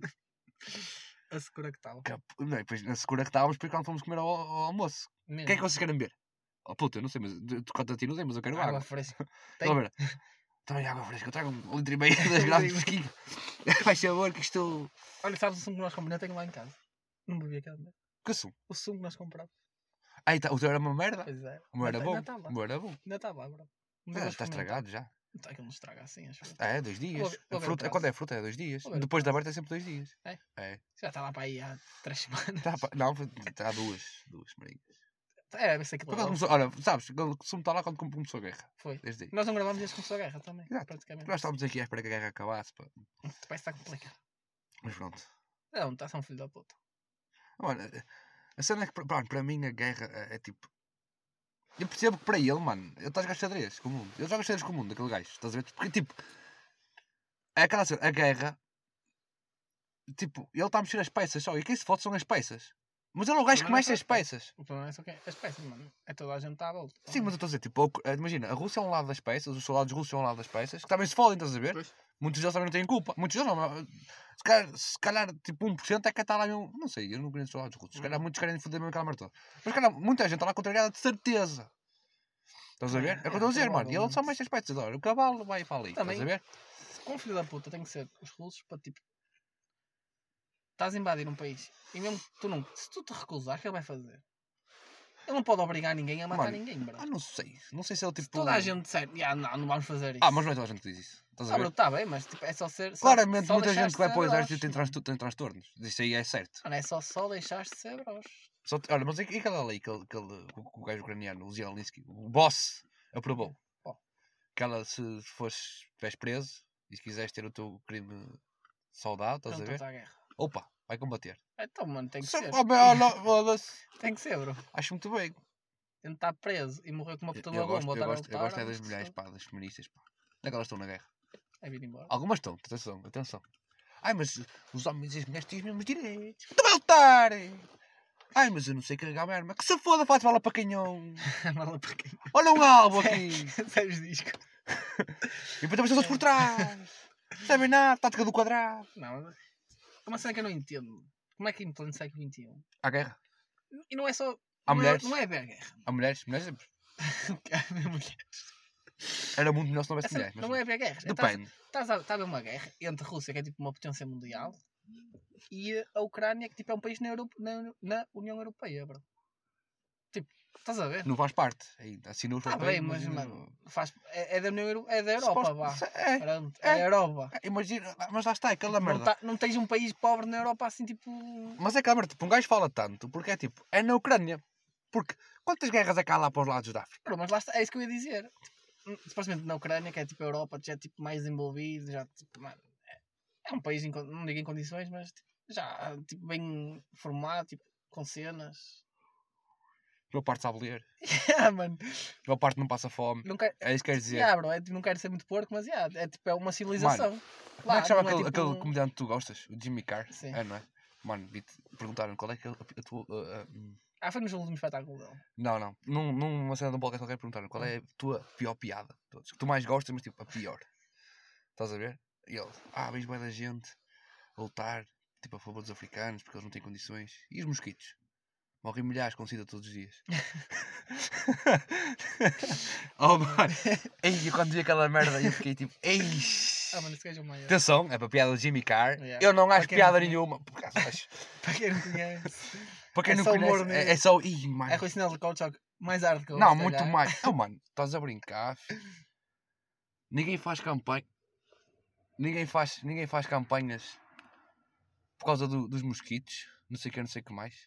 A secura que estava. Não, e depois na segura que estávamos, depois quando fomos comer ao almoço. O que é que vocês querem beber? Oh puta, eu não sei, mas quanto a ti não sei, mas eu quero água. Água fresca. Estão a ver? Também água fresca, eu trago 1,5 litro de 10 graus de fresquinho. Faz sabor que isto. Olha, sabes o sumo que nós compramos? Eu tenho lá em casa. Não bebi aquela merda. Que sumo? O sumo que nós compramos. Aí tá, o teu era uma merda? Pois é. O meu era bom. Ainda está lá. O meu era bom. Ainda está lá, bro. Está estragado já. Está que ele não estraga assim, acho eu. É, 2 dias. Vou ver A o fruta, prazo. quando é fruta é 2 dias. Vou ver o Depois da prazo. aberta é sempre 2 dias. É? É. Já está lá para aí há 3 semanas. Não, há duas marinhas. É, deve ser aquilo. Por acaso começou, olha, sabes, o sumo está lá quando começou a guerra. Foi. Desde aí. Nós não gravamos desde que começou a guerra também. Exato. Praticamente. Nós estávamos aqui à espera que a guerra acabasse. Pá. Parece que está complicado. Mas pronto. Não, está a ser um filho da puta. Mano, a cena é que para mim a guerra é tipo. Eu percebo que para ele, mano, ele está a jogar xadrez com o mundo. Ele joga xadrez com o mundo, aquele gajo. Estás a ver? Porque tipo. É aquela cena, a guerra. Tipo, ele está a mexer as peças só. E quem se fode são as peças. Mas ele é o gajo que Mas não é mexe só as as peças. peças. O problema é só que as peças, mano. É toda a gente está à volta. Sim, mas eu estou a dizer, tipo, imagina, a Rússia é um lado das peças, os soldados russos são um lado das peças, que também se fodem, estás a ver? Pois. Muitos deles também não têm culpa. Muitos deles não. Mas, se calhar tipo 1% é que está lá mesmo. Não sei, eu não conheço os soldados russos. Se calhar muitos querem foder mesmo aquela merda toda. Mas se calhar muita gente está lá contrariada de certeza. Estás a ver? É o que eu estou a dizer, mano. E ele só mexe as peças. Olha, o cavalo vai para ali. Também. Estás a ver? Com filho da puta tem que ser os russos para tipo. Estás a invadir um país e mesmo que tu não. Se tu te recusar, o que ele vai fazer? Ele não pode obrigar ninguém a matar Mano, ninguém, bro. Não sei. Não sei se ele tipo. Se toda a gente disser, não vamos fazer isso. Mas não é toda a gente que diz isso. Estás a ver? bro, tá bem, mas tipo, é só ser. Claramente só muita deixar gente de que vai ser para o bros. exército tem transtornos. Isso aí é certo. Mano, é só deixar-te ser bros. Olha, mas e aquela lei que o gajo ucraniano, o Zelensky, o boss, aprovou? Oh. Que ela, se estiveres preso e se quiseres ter o teu crime saudado, estás a Não ver? estou à guerra. Opa, vai combater. Então, mano, tem que ser. Foda-se. Tem que ser, bro. Acho muito bem. Tentar estar preso e morrer com uma puta de Eu uma bomba. gosto é das mulheres, pá, das feministas, pá. Onde é que elas estão na guerra? É vir embora. Algumas estão, atenção. Ai, mas os homens e as mulheres têm os mesmos direitos. Tu vai lutar! Ai, mas eu não sei carregar uma arma. Que se foda, faz bala para canhão. Mala para quem? Olha um álbum aqui. Sabes disco? E depois também todos por trás. Não sabem nada, tática do quadrado. Não, mas uma cena que eu não entendo. Como é que em pleno século XXI? Há guerra. E não é só. Há não mulheres. Não é haver guerra. Há mulheres sempre. Há mulheres. Era muito melhor se não houvesse Essa mulheres. Mas não é haver guerra. depende. Estás a haver uma guerra entre a Rússia, que é tipo uma potência mundial, e a Ucrânia, que tipo é um país na União Europeia, bro. Tipo, estás a ver? Não faz parte. Assinou os Está papéis, bem, mas não- mano, é da União é da Europa, vá. É. Pronto, é da Europa. Imagina, mas lá está, aquela Não, merda. não tens um país pobre na Europa assim, tipo. Mas é aquela merda, tipo, um gajo fala tanto, porque é tipo, é na Ucrânia. Porque quantas guerras é que há lá para os lados da África? Bro, mas lá está, é isso que eu ia dizer. Supostamente na Ucrânia, que é tipo a Europa, já é tipo mais desenvolvido, já tipo, mano, é um país, não digo em condições, mas tipo, já tipo, bem formado, tipo, com cenas. Uma parte sabe ler, Mano, uma parte não passa fome. não quero, É isso que queres dizer. bro, não quero ser muito porco, mas é tipo, é uma civilização. Como é que chama não aquele tipo- comediante que tu gostas? O Jimmy Carr? Sim. É, não é? Mano, perguntaram qual é que é a tua... Foi no último espetáculo dele. Não. Numa cena de um podcast qualquer perguntaram qual é a tua pior piada. Que tu mais gostas, mas tipo, a pior. Estás a ver? E ele, vejo bem da gente a lutar, tipo, a favor dos africanos, porque eles não têm condições. E os mosquitos? Morrem milhares com sida todos os dias. Mano. Ei, quando vi aquela merda, eu fiquei tipo, Mano, esse gajo é o maior. Atenção, é para a piada de Jimmy Carr. Yeah. Eu não acho Para quem piada não nenhuma. Para quem não conhece. Para quem É não só humor conhece, mesmo. é só... Ih, mano. É com o sinal de coach, só que mais hardcore. Não, se muito calhar. mais. Não, mano, estás a brincar, filho. Ninguém faz campanha. Ninguém faz campanhas por causa dos mosquitos. Não sei o que mais.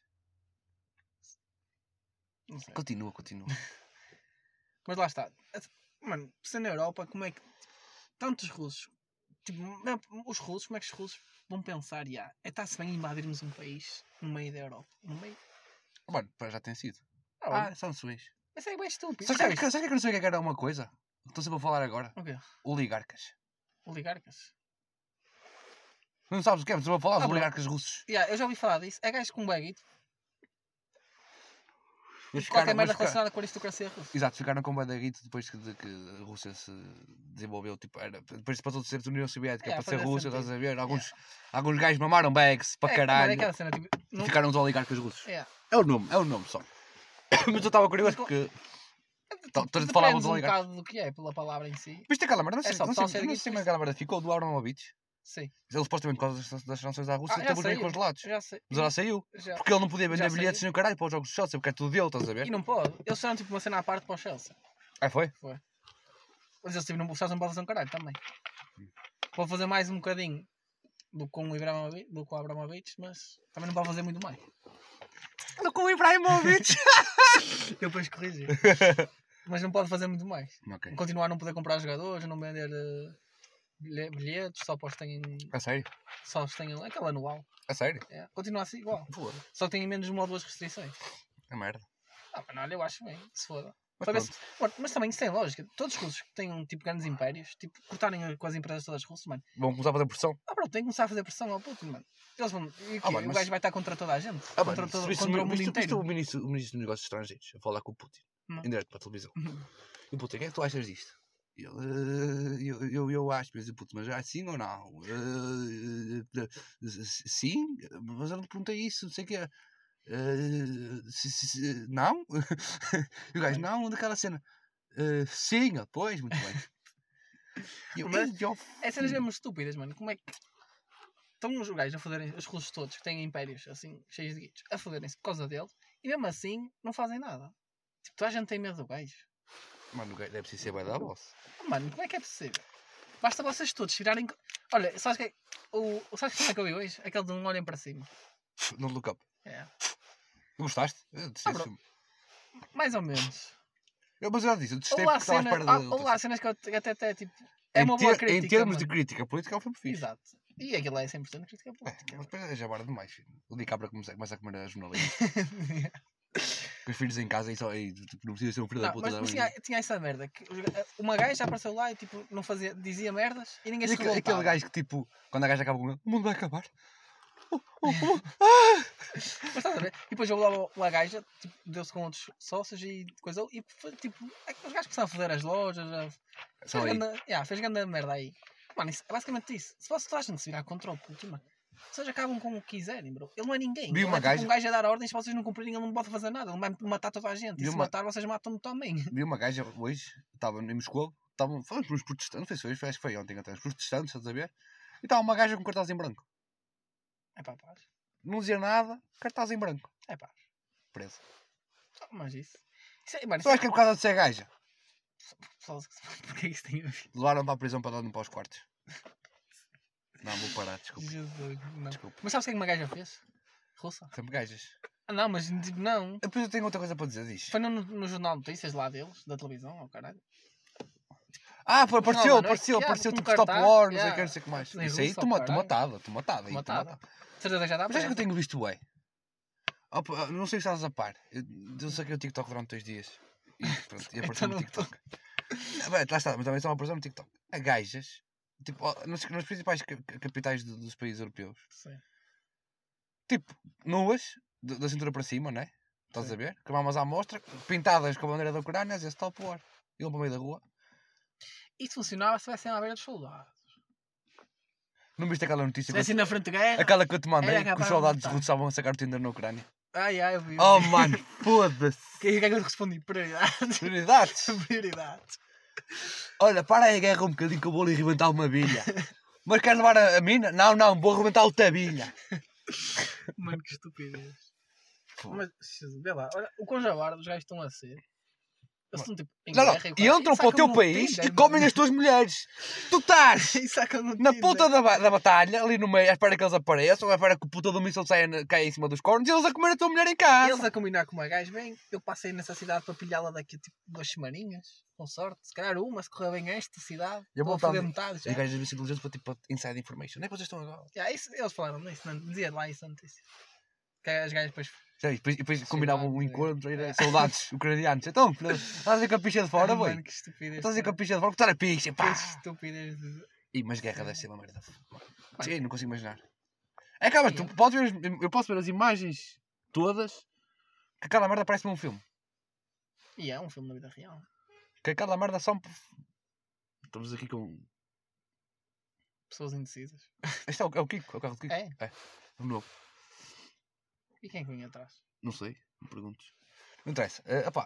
Não sei. Continua. Mas lá está. Mano, se na Europa, como é que tantos russos, tipo, os russos, como é que os russos vão pensar, está-se bem invadirmos um país no meio da Europa? No meio? Mano, já tem sido. Sanções. Isso é bem estúpido. Sabe que eu não sei o que era uma coisa? Estou sempre a falar agora. O quê? Oligarcas. Oligarcas? Não sabes o que é? Estou a falar dos bro. oligarcas russos. Eu já ouvi falar disso. É gajos com baguito. Eles Qualquer merda ficaram- relacionada com a aristocracia russa. Exato, ficaram com guito depois que a Rússia se desenvolveu, tipo, depois passou de ser da União Soviética para ser fazia Rússia, sentido. estás a ver? Alguns gajos mamaram bags para caralho Aquela cena, tipo, e ficaram os oligarcas russos. É. É o nome só. Mas eu estava curioso porque todos falavam dos Depende oligarcas. bocado do que é, pela palavra em si. Viste aquela merda? Não sei só não pessoal sei ser como é que guito. aquela merda ficou do Abramovich. Sim. Ele supostamente por causa das sanções à Rússia já teve os bens saiu. congelados. Já sei. Mas ela saiu. Já. Porque ele não podia vender Já bilhetes saiu. nem o caralho para os jogos de Chelsea, porque é tudo dele, estás a ver? E não pode. Eles fizeram tipo uma cena à parte para o Chelsea. Foi? Mas eles tipo, não, o Chelsea não pode fazer um caralho também. Pode fazer mais um bocadinho do que com o Abramovich, mas também não pode fazer muito mais. Com o Ibrahimovic. Eu depois corrigi. Mas não pode fazer muito mais. Ok. Continuar a não poder comprar jogadores, não vender bilhetes, só para os que tenham. A sério? Só os que tenham aquele anual. A sério? É, continua assim igual. Foda. Só que tem menos uma ou duas restrições. É merda. Mas olha, eu acho bem, se foda. Mas Para ver pronto. Mano, mas também isso tem lógica. Todos os russos que tenham tipo grandes impérios, tipo, cortarem com as empresas todas russas, mano. Vão começar a fazer pressão. Pronto, tem que começar a fazer pressão ao Putin, mano. Eles vão. E o quê? Mano, O mas- gajo vai estar contra toda a gente. Contra, Mano, todo, viste contra o mundo viste inteiro. o ministro dos Negócios Estrangeiros a falar com o Putin. Não. Em direto para a televisão. E o Putin, o que é que tu achas disto? E ele, eu acho, mas o Putin, mas é sim ou não? Sim, mas eu não te perguntei isso, não sei o que é. Não? E o gajo, não, daquela cena. Sim, pois, muito bem. E eu, Mas- "Ei, ó, É cenas mesmo estúpidas, mano. Como é que. Estão os gajos a foderem, os russos todos que têm impérios assim, cheios de guitos, a foderem-se por causa dele e mesmo assim não fazem nada. Tipo, toda a gente tem medo do gajo. Mano, o gajo deve ser bem da boss. Mano, como é que é possível? Basta vocês todos tirarem. Olha, sabes que sabes que é que eu vi hoje? Aquele de um olhem para cima. Não look up. É. Gostaste? Eu disse bro. isso. Mais ou menos. Mas eu já disse, eu testei Ou há, porque estava à cena, espera de ou há cenas que eu até tipo. É Em uma boa ter- crítica. Em termos de mano. crítica política, é um filme fixe. Exato. E aquilo é 100% crítica É, política. mas depois é jabar demais, filho. O DiCaprio começa a comer a jornalista. Com os filhos em casa e só. Tipo, não precisa ser um filho da Não, puta mas da mas mãe. tinha essa merda. Que uma gaja apareceu lá e tipo, não fazia, dizia merdas e ninguém E se aquele revoltava. gajo que, tipo, quando a gaja acaba com ele, o mundo vai acabar. Mas estás a ver? E depois eu lá uma gaja, tipo, deu-se com outros sócios e coisa. E foi tipo, os gajos começaram a foder as lojas. Só aí. Fez grande merda aí. Mano, isso, é basicamente isso. Se fosse toda a gente se virar contra o Putin, mano, vocês acabam com o que quiserem, bro. Ele não é ninguém. Vi Ele uma é tipo gaja- um gajo a dar ordens, se vocês não cumprirem, ele não pode fazer nada. Ele vai matar toda a gente. E Vi se uma- matar, vocês matam-no também. Vi uma gaja hoje, estava em Moscou, estavam falando uns protestantes, não sei se hoje, acho que foi ontem até, os protestantes, estás a ver? E estava uma gaja com cartaz em branco. É pá, paz. Não dizia nada, cartaz em branco. É pá. Presa. Mas isso. Mano, Tu acho que é por causa de ser gaja? Porquê isso tem a ver? Levaram para a prisão para dar para os quartos. Não, vou parar, desculpa. Jesus, não. Desculpa. Mas sabes o que é que uma gaja fez? Russa? Sempre gajas. Não, mas tipo, não. Depois eu tenho outra coisa para dizer, diz. Foi no jornal de notícias lá deles, da televisão, ao caralho. Foi, apareceu, Não, mano, apareceu, yeah, apareceu com tipo cartaz, Stop War, não sei o yeah. que, não sei o que mais. Nem Isso aí, russo, estou caralho. matada, estou matada. aí, tô Matada. matada. Certeza que já dá Mas acho que eu para. tenho visto bem. Não sei se estás a par. Eu saquei o TikTok durante 2 dias. E pronto, e apareceu no Então não TikTok. Bem, lá está, mas também estão a aparecer no TikTok. A gajas, tipo, nas principais capitais dos países europeus. Sim. tipo, nuas, da cintura para cima, né? Estás a ver? Com mamas à mostra, pintadas com a bandeira da Ucrânia, esse tal por. Iam para o meio da rua. Isso funcionava se estivessem à beira dos soldados. Não viste aquela Se notícia? estivessem na frente de guerra. Aquela que eu te mandei, Era que capaz os de soldados matar. russos estavam a sacar o Tinder na Ucrânia. Ai, eu vi. Oh, mano, foda-se. O que é que eu respondi? Prioridade. Prioridades. Prioridade. Olha, para aí a guerra um bocadinho que eu vou ali arrebentar uma bilha. Mas queres levar a mina? Não, não, vou arrebentar outra bilha. Mano, que estupidez. Mas, vê lá, olha, o quão javardo os gajos estão a ser. Eles estão tipo em Não, não, guerra e entram para o teu país e comem as tuas mulheres. Tu estás E sacam no na Tinder. puta da batalha, ali no meio, à espera que eles apareçam, à espera que o puta do míssil caia em cima dos cornos e eles a comer a tua mulher em casa. Eles a combinar com uma gaja, bem, eu passei nessa cidade para pilhá-la daqui a tipo 2 semaninhas, com sorte. Se calhar uma, se correr bem esta cidade. Eu vou vou fazer voltar. metade E já. os gajos dizem inteligentes para tipo inside information. Nem vocês estão agora. Já, isso, eles falaram nisso, não, dizia lá isso na notícia. Que as gajas depois. E depois combinavam um Sim, encontro, era soldados ucranianos. Então, filho, estás a dizer com a picha de fora, boy? Mano, que estupidez. Estás a dizer com a picha de fora, botar a picha, Que pá! estupidez. Ih, mas guerra deve ser uma merda. Sim, não consigo imaginar. É que, mas tu podes ver, eu posso ver as imagens todas, que aquela merda parece-me um filme. E é um filme da vida real. Que aquela merda são... Estamos aqui com... Pessoas indecisas. Este é o Kiko, é o carro do Kiko. É? É, o novo. E quem é que vinha atrás? Não sei, me perguntes. Não interessa. Opá,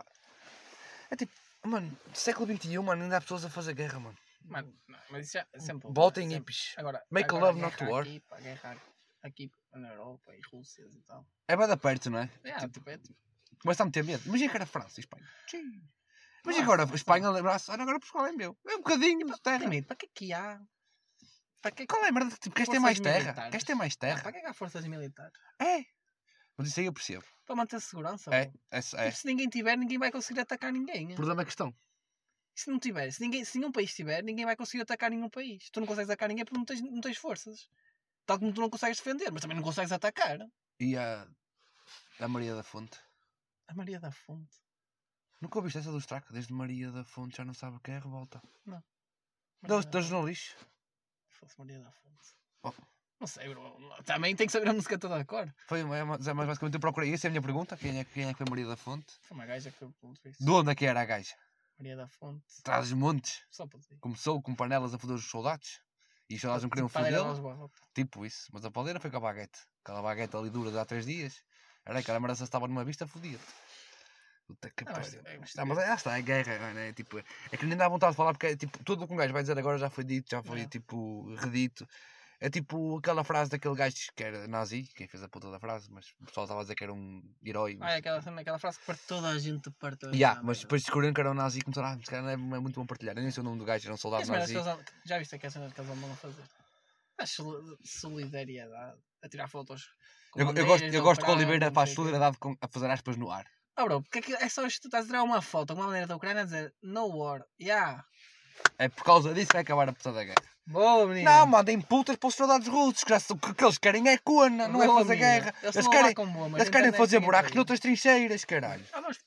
é tipo, mano, século XXI, mano, ainda há pessoas a fazer guerra, mano. Mano, não, mas isso já é sempre. Voltem sempre. hippies. Agora, Make agora love, a not guerra war. Aqui, pá, guerra aqui na Europa e Rússia e tal. É bem da perto, não é? É, tipo, é tipo. Começa a meter medo. Imagina que era França e Espanha. Mas Nossa, agora, nossa. Espanha lembra-se, olha, agora Portugal é meu. É um bocadinho de terra. Primeiro, para que é que há? Para que é que Qual é a merda? Tipo, queres ter Forças mais terra? militares. Queres ter mais terra? Para que é que há forças militares? É. Mas isso aí eu percebo. Para manter segurança. É, bro. é. Tipo, se ninguém tiver, ninguém vai conseguir atacar ninguém. O problema é a questão. Se não tiver, se nenhum país tiver, ninguém vai conseguir atacar nenhum país. Tu não consegues atacar ninguém porque não tens forças. Tal como tu não consegues defender, mas também não consegues atacar. E a Maria da Fonte? A Maria da Fonte. Nunca ouviste essa do Straca? Desde Maria da Fonte já não sabe o que é a revolta. Maria Da da jornalista. Se fosse Maria da Fonte. Oh. Não sei, bro. Também tem que saber a música toda a cor. Foi, mas basicamente eu procurei. Essa é a minha pergunta. Quem é que foi Maria da Fonte? Foi uma gaja que foi por isso. De onde é que era a gaja? Maria da Fonte. Traz os montes. Só para dizer. Começou com panelas a foder os soldados. E os soldados não queriam Padeira fodê-la. aos barros. Tipo isso. Mas a paldeira foi com a baguete. Aquela baguete ali dura de há 3 dias. Era aquela merda se estava numa vista fodia. Puta que pariu. Mas é, está, é guerra, mano, é tipo. É que nem dá vontade de falar porque é tipo. Tudo o que um gajo vai dizer agora já foi dito, já foi tipo redito. É tipo aquela frase daquele gajo que era nazi, quem fez a puta da frase, mas o pessoal estava a dizer que era um herói. Ah, é aquela frase que parte toda a gente parte. Mas depois descobriram que era um nazi e começaram, se calhar não é muito bom partilhar. Eu nem sei o nome do gajo, era um soldado nazi. Já viste aquela cena que eles andam a fazer? A solidariedade. A tirar fotos. Eu gosto que o Oliveira faz solidariedade a fazer aspas no ar. Ah, bro, porque é só isto, tu estás a tirar uma foto com uma bandeira da Ucrânia a dizer no war, yeah. É por causa disso que vai acabar a puta da guerra. Boa, menino. Não, mandem putas para os soldados russos, que o que eles querem é cona, não é fazer guerra. Eles querem fazer buracos noutras trincheiras, caralho. Ah, mas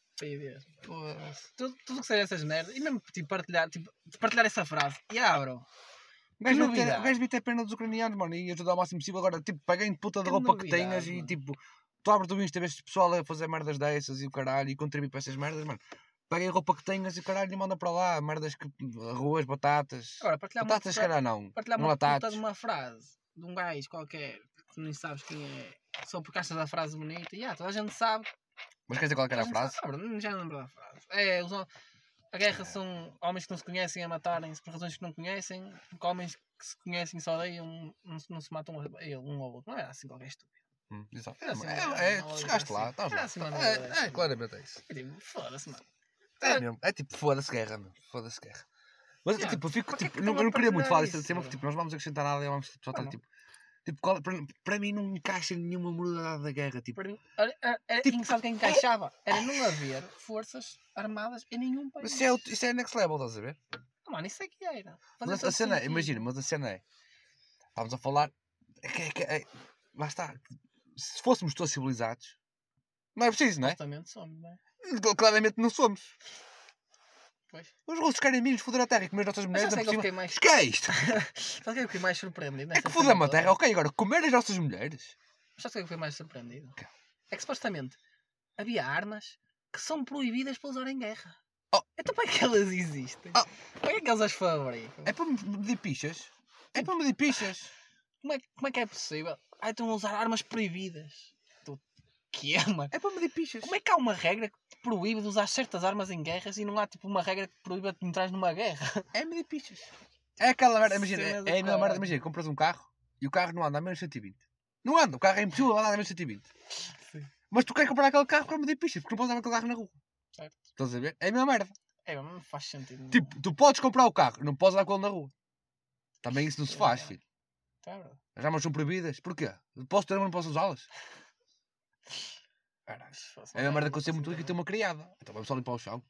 tudo que seja essas merdas, e mesmo tipo, partilhar essa frase, yeah, bro. O gajo devia ter pena dos ucranianos, mano, e ajudar o máximo possível. Agora, tipo, paguem puta de roupa que tenhas e tipo, tu abres o Insta, vês o pessoal a fazer merdas dessas e o caralho e contribuir para essas merdas, mano. Paguem a roupa que tenhas e o caralho e manda para lá, merdas que. Arroz, batatas. Agora, partilhar batatas, se calhar não. Partilhar não uma latates. puta de uma frase de um gajo qualquer que tu nem sabes quem é, só porque achas a frase bonita, e toda a gente sabe. Mas quer dizer qual era a frase? Já não lembro da frase. A guerra são homens que não se conhecem a matarem-se por razões que não conhecem, porque homens que se conhecem e só odeiam não se matam um ao outro. Não era assim qualquer estúpido. Exato. Tu chegaste lá, estás lá. Claramente é isso. É tipo, foda-se, mano. É tipo, foda-se guerra, meu. Foda-se guerra. Mas tipo, eu fico, Porque tipo, eu não queria muito falar disso tema, porque isso? tipo, nós vamos acrescentar nada e vamos só estar tipo. Tipo, para mim não encaixa nenhuma modalidade da guerra. Tipo, Tipo, sabe quem encaixava? Era não haver forças armadas em nenhum país. isso é next level, estás a ver? Mano, isso é que era. Mas a cena é, imagina, mas a cena é. Estávamos a falar. Lá está. Se fôssemos todos civilizados, não é preciso, não é? Justamente somos, não é? Claramente não somos. Pois. Os russos querem vir nos foder a terra e comer as nossas Mas mulheres. já sei que eu fiquei mais... Que é isto? Sabe o que é o que mais surpreende? É que foder-me a terra, ok, agora comer as nossas mulheres. Mas sabes o que é que foi mais surpreendido? Que? É que supostamente havia armas que são proibidas para usar em guerra. Oh. Então para que elas existem? Oh. Para que elas as fabricam? É para medir pichas. É para medir pichas. Como é que é possível? Ai, estão a usar armas proibidas. Que é, mano? É para medir pichas. Como é que há uma regra que proíbe de usar certas armas em guerras e não há tipo uma regra que proíbe de entrar numa guerra? É medir pichas. É aquela merda, imagina, Cena do é a mesma merda, caralho. imagina, compras um carro e o carro não anda a menos 120. Não anda, o carro é impossível andar a menos 120. Sim. Mas tu queres comprar aquele carro para medir pichas, porque não podes andar com aquele carro na rua. Certo. Estás a ver? É a mesma merda. É, mas não faz sentido. Não. Tipo, tu podes comprar o carro, não podes andar com ele na rua. Também isso não se faz, filho. Tá, é verdade. As armas são proibidas. Porquê? Posso ter, mas não posso usá-las. Caralho. É a merda que eu sei muito rico e tenho uma criada. Então vamos só limpar o chão.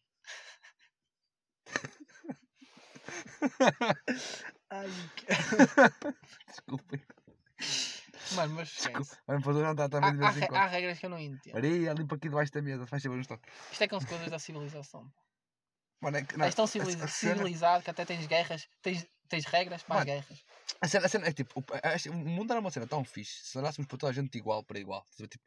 Ai, que... Desculpem. Mano, mas esquece. Vamos fazer jantar também de vez em Há quando. regras que eu não entendo. Maria, limpa aqui debaixo da mesa. Faz saber no estado. Isto é com as coisas da civilização. Mano, é que, És tão a cena- civilizado que até tens guerras, tens regras para as Mano, guerras. a cena é tipo, o mundo era uma cena tão fixe se olhássemos para toda a gente de igual para igual. Tipo,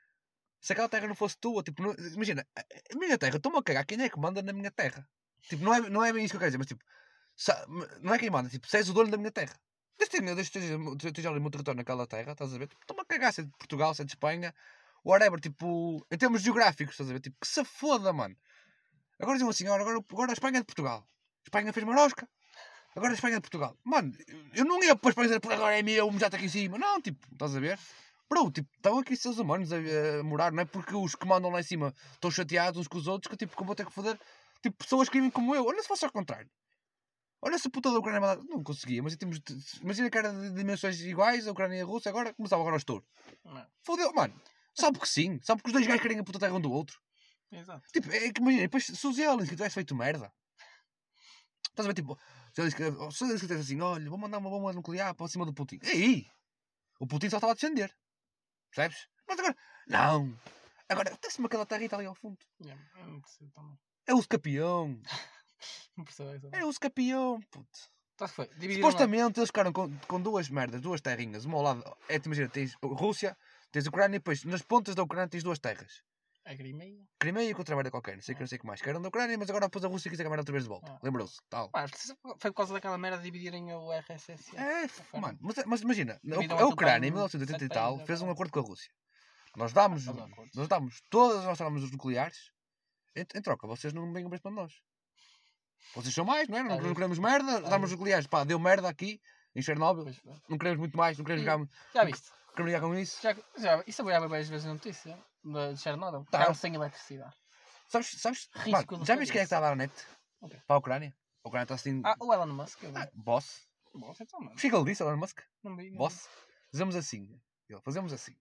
se aquela terra não fosse tua, tipo, imagina, a minha terra, estou-me a cagar, quem é que manda na minha terra? Tipo, não é bem isso que eu quero dizer, mas tipo, não é quem manda, tipo, se és o dono da minha terra. Desde que esteja ali o meu território naquela terra, estás a ver? Tipo, estou-me a cagar, se é de Portugal, se é de Espanha, whatever, tipo, em termos geográficos, estás a ver? Tipo, que se foda, mano. Agora dizem assim, agora a Espanha é de Portugal. A Espanha fez marosca. Agora a Espanha é de Portugal. Mano, eu não ia para a Espanha dizer agora é meu, já está aqui em cima. Não, tipo, estás a ver? Bro, tipo, estão aqui seus humanos a morar, não é porque os que mandam lá em cima estão chateados uns com os outros que tipo, que eu vou ter que foder, tipo, pessoas que vivem como eu. Olha se fosse ao contrário. Olha se a puta da Ucrânia mandava... Não conseguia, mas imagina que era de dimensões iguais, a Ucrânia e a Rússia, agora começava agora o estouro. Não. Fodeu, mano. Sabe que sim, sabe que os dois gajos querem a puta terra um do outro. Exato. Tipo, é que imagina, depois se o Zelensky tivesse feito merda, estás a ver, tipo, se o Zelensky tivesse assim, olha, vou mandar uma bomba nuclear para cima do Putin. Aí, o Putin só estava a defender. Percebes? Mas agora, não. Agora, tem-se-me aquela terra ali ao fundo. Eu não percebo também. É o campeão. Não percebo isso. É o campeão, puto. Então foi. Dividiram Supostamente eles ficaram com duas merdas, duas terrinhas. Uma ao lado, imagina, tens a Rússia, tens a Ucrânia e depois nas pontas da Ucrânia tens duas terras. a Crimeia. Crimeia e outra merda qualquer, não sei que mais. Que eram da Ucrânia, mas agora depois a Rússia quis a merda outra vez de volta. Lembrou-se, tal. Foi por causa daquela merda de dividirem o RSS. É, mano, mas imagina, Dividam a aquilo Ucrânia em para 1980 e 7 tal países, fez um agora. acordo com a Rússia. Nós dámos todas as nossas armas nucleares em troca. Vocês não venham para nós. Vocês são mais, não é? Não queremos merda. As armas nucleares, pá, deu merda aqui em Chernobyl. Não queremos muito mais, não queremos jogar. Já viste? Queremos brigar com isso. Isso eu veio várias vezes na notícia de Chernobyl. Tá. Ficaram sem eletricidade. Sabes? Risco Mano, de já viste quem é que está a dar a net? Ok. Para a Ucrânia? A Ucrânia está assim. O Elon Musk. Eu vi. Boss. Bom, então, mano. O que ele disse, Elon Musk? Não vi. Boss. Fazemos assim. Fazemos assim.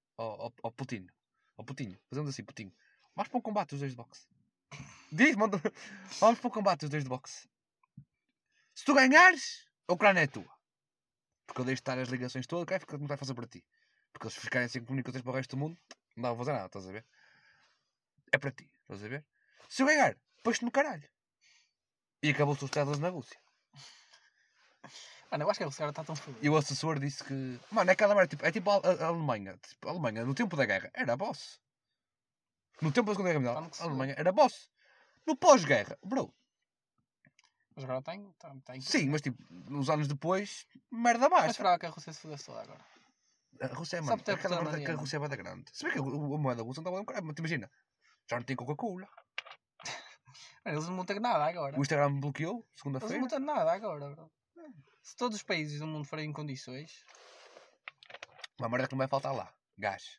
Ao Putin. Ao Putinho. Fazemos assim, Putinho. Vamos para um combate os dois de boxe. Diz, manda. Vamos para um combate os dois de boxe. Se tu ganhares, a Ucrânia é tua. Porque eu deixo estar as ligações todas, que não vai fazer para ti. Porque eles ficarem sem comunicações para o resto do mundo, não dá para fazer nada, estás a ver? É para ti, estás a ver? Se eu ganhar, pões-te no caralho. E acabou-se os Teslas na Rússia. Mano, eu acho que a Rússia agora está tão fodido. E o assessor disse que... Mano, é aquela merda, tipo, é tipo a Alemanha. Tipo, a Alemanha, no tempo da guerra, era boss. No tempo da Segunda Guerra Mundial, a Alemanha era boss. No pós-guerra, bro. Mas agora tem. Sim, mas tipo, uns anos depois, merda Mas baixa. esperava que a Rússia se fodesse toda agora. A Rússia é, Só mano, por ter aquela merda puta que a mania, Rússia é bada grande. Se bem que a moeda russa não está bem caralho, mas te imagina, já não tem Coca-Cola. Mano, eles não vão ter nada agora. O Instagram me bloqueou, Eles não segunda-feira. vão ter nada agora, bro. Se todos os países do mundo forem em condições, Uma merda que não vai faltar lá, gás.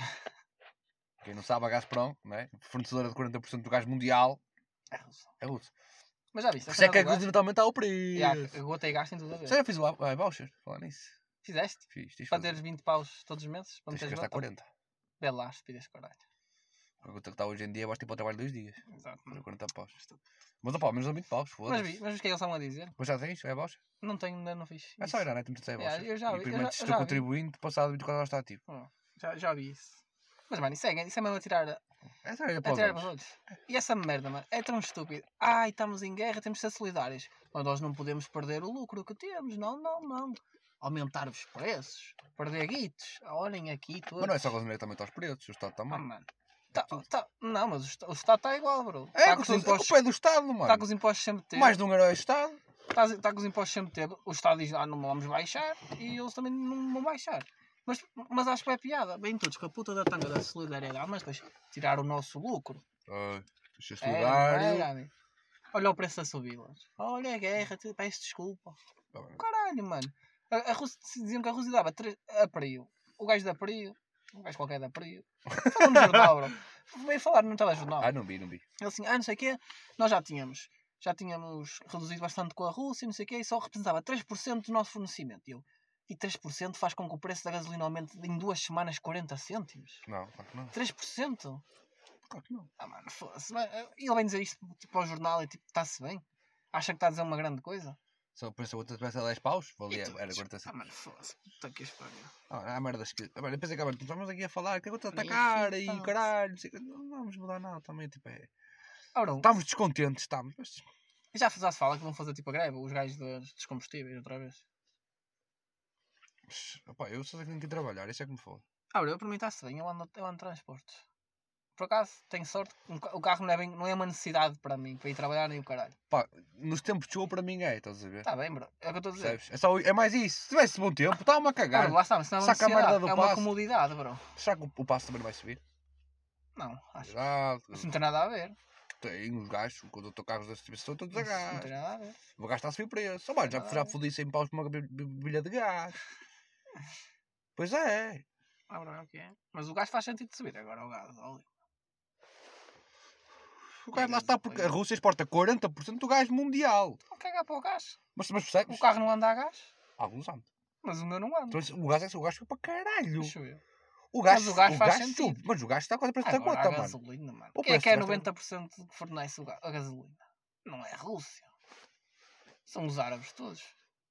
Quem não sabe, a Gazprom, não é? Fornecedora de 40% do gás mundial, é russo. é russo. Mas já viste? Por isso é que a gasolina está a aumentar o preço. A gota e gás tem tudo a ver. Já fiz o voucher, falar nisso. Fizeste? Fiz, tens de Para fazer. teres 20 paus todos os meses? Para Tens de meteres gastar gota? 40. Vê lá, espidas caralho. A gota que está hoje em dia, vais ter para o trabalho 2 dias. Exato. Por 40 paus. Mas opá, menos a 20 paus, Mas foda-se. vi, mas o que é que eles estavam a dizer? Mas já tens? É voucher? Não tenho, ainda não fiz. É só ir à net e meter voucher. Eu já E vi, depois eu metes já o teu vi. contribuinte, passado 24 horas está ativo. Já vi isso. Mas mano, isso é mesmo a tirar É só ir a para os tirar para os olhos. olhos. E essa merda, mano, é tão estúpido. Ai, estamos em guerra, temos de ser solidários. Mas nós não podemos perder o lucro que temos. Não. aumentar os preços, perder guitos. Olhem aqui todos. Mas não é só a gasolina que também está aos preços, o Estado Ah, também. mano. Não, mas o Estado está igual, bro. É, Tá a culpa é do Estado, Está mano. com os impostos sempre teve. Mais de um euro é o Estado. Está com os impostos sempre teve. O Estado diz, não vamos baixar. E eles também não vão baixar. Mas acho que é piada. Bem todos com a puta da tanga da solidariedade. Mas depois tirar o nosso lucro. Deixa É, solidário. não é, amigo? Olha o preço das subidas. Olha a guerra. Peço desculpa. Caralho, mano. A Rússia, diziam que a Rússia dava 3 a Prio. O gajo da Prio. Um gajo qualquer da Prio. Falou no jornal, bro. Veio falar no telejornal. Não vi. Ele assim, não sei o quê. Nós já tínhamos reduzido bastante com a Rússia, não sei o quê. E só representava 3% do nosso fornecimento. E 3% faz com que o preço da gasolina aumente em 2 semanas 40 cêntimos. Não, claro que não. 3%? Claro que não. Mano, foda-se. E ele vem dizer isto tipo, ao jornal e tipo, está-se bem? Acha que está a dizer uma grande coisa? Só por isso a outra peça a 10 paus, valia, era 40 mano, foda-se, puta que pariu. há merdas que. Mano, eu pensei que estamos aqui a falar que a outra está cara e o caralho, não vamos mudar nada também, tipo, estamos descontentes, estamos, mas. E já se fala que vão fazer tipo a greve, os gajos dos combustíveis outra vez. Opa, eu só sei que tenho que ir trabalhar, isso é que me foda. Eu para mim está-se bem, eu ando de transportes. Por acaso, tenho sorte, o carro não é uma necessidade para mim, para ir trabalhar nem o caralho. Pá, nos tempos de chuva para mim estás a ver? Está bem, bro, é o que eu estou a dizer. É mais isso, se tivesse bom tempo, estava-me a cagar. Lá está, mas se não é uma Saca a merda necessidade, do é uma passo. comodidade, bro. Será que o passo também não vai subir? Não, acho. Isso não tem nada a ver. Tem os gajos, quando eu estou carros desse tipo, são todos a Não gás. tem nada a ver. O gás está a subir preço. Mano, já fodi 100 paus por uma bilha de gás. Pois é. Bro, é o que é. Mas o gás faz sentido de subir, agora o gás, óleo. O gás lá está, porque a Rússia exporta 40% do gás mundial. Não caga para o gás. Mas percebes? O carro não anda a gás. Alguns andam. Mas o meu não anda. Então, o gás foi para caralho. Deixa eu ver. Mas o gás faz sentido. sube. Mas o gás está quase a preço da Agora conta, a mano. gasolina, mano. O Quem é que é preço 90% que fornece a gasolina? Não é a Rússia. São os árabes todos.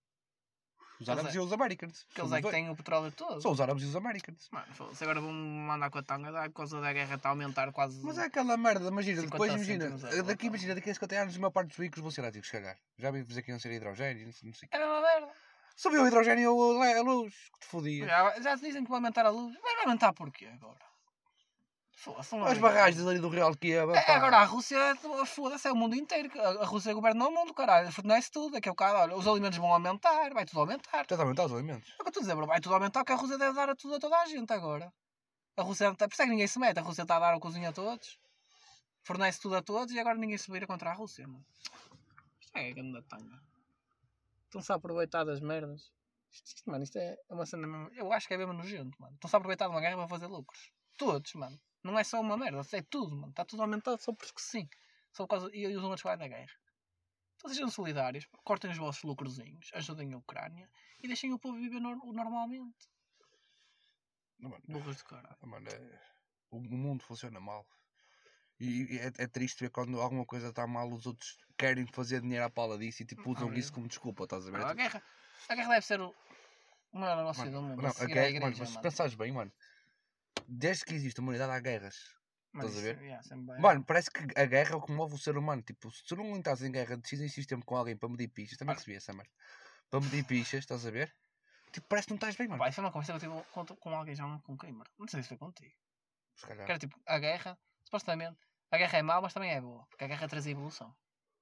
Os árabes e os americanos. Que eles é que têm o petróleo todo. São os árabes e os americanos. Mano, foda-se, agora vão mandar com a tanga por causa da guerra está a aumentar quase. Mas é aquela merda, imagina, 50 depois imagina, cêntimos agora, daqui a 50 anos, a maior parte dos veículos vão ser elétricos, cagar. Já vi dizer que iam ser hidrogénio, não sei. É a mesma merda. Subiu o hidrogénio e a luz, que te fodia. Já dizem que vai aumentar a luz. Vai aumentar porquê agora? Foda-se, não As barragens ali do Real que é. Agora a Rússia, foda-se, é o mundo inteiro. A Rússia governa o mundo, caralho. Fornece tudo. Aqui é o cara, olha, os alimentos vão aumentar, vai tudo aumentar. Estás a aumentar os alimentos? É o que eu estou a dizer, bro. Vai tudo aumentar, que a Rússia deve dar a tudo a toda a gente agora. A Rússia, por isso é que ninguém se mete. A Rússia está a dar a cozinha a todos. Fornece tudo a todos e agora ninguém se vira contra a Rússia, mano. Isto é a grande tanga. Estão-se a aproveitar das merdas. Mano, isto é uma cena mesmo. Eu acho que é mesmo nojento, mano. Estão-se a aproveitar de uma guerra para fazer lucros. Todos, mano. Não é só uma merda, é tudo, mano. Está tudo aumentado só porque sim. Só por causa. E usam outros vai na guerra. Então sejam solidários, cortem os vossos lucrozinhos, ajudem a Ucrânia e deixem o povo viver normalmente. Não, mano, Burros de caralho. Mano, o mundo funciona mal. E é triste ver quando alguma coisa está mal, os outros querem fazer dinheiro à pala disso e tipo usam isso como desculpa, estás a ver? A guerra deve ser o maior negócio do mundo. Não, a guerra, igreja, mas se pensares bem, mano, desde que existe a humanidade há guerras. Estás a ver? Mano, parece que a guerra é o que move o ser humano. Tipo, se tu não estás em guerra de X tempo com alguém para medir pichas, também recebi essa merda. Para medir pichas, estás a ver? Tipo, parece que não estás bem, mano. Isso foi uma conversa que eu tive com alguém já com quem, mano? Não sei se foi contigo. Se calhar. Que era tipo, a guerra, supostamente, a guerra é mau, mas também é boa. Porque a guerra traz a evolução.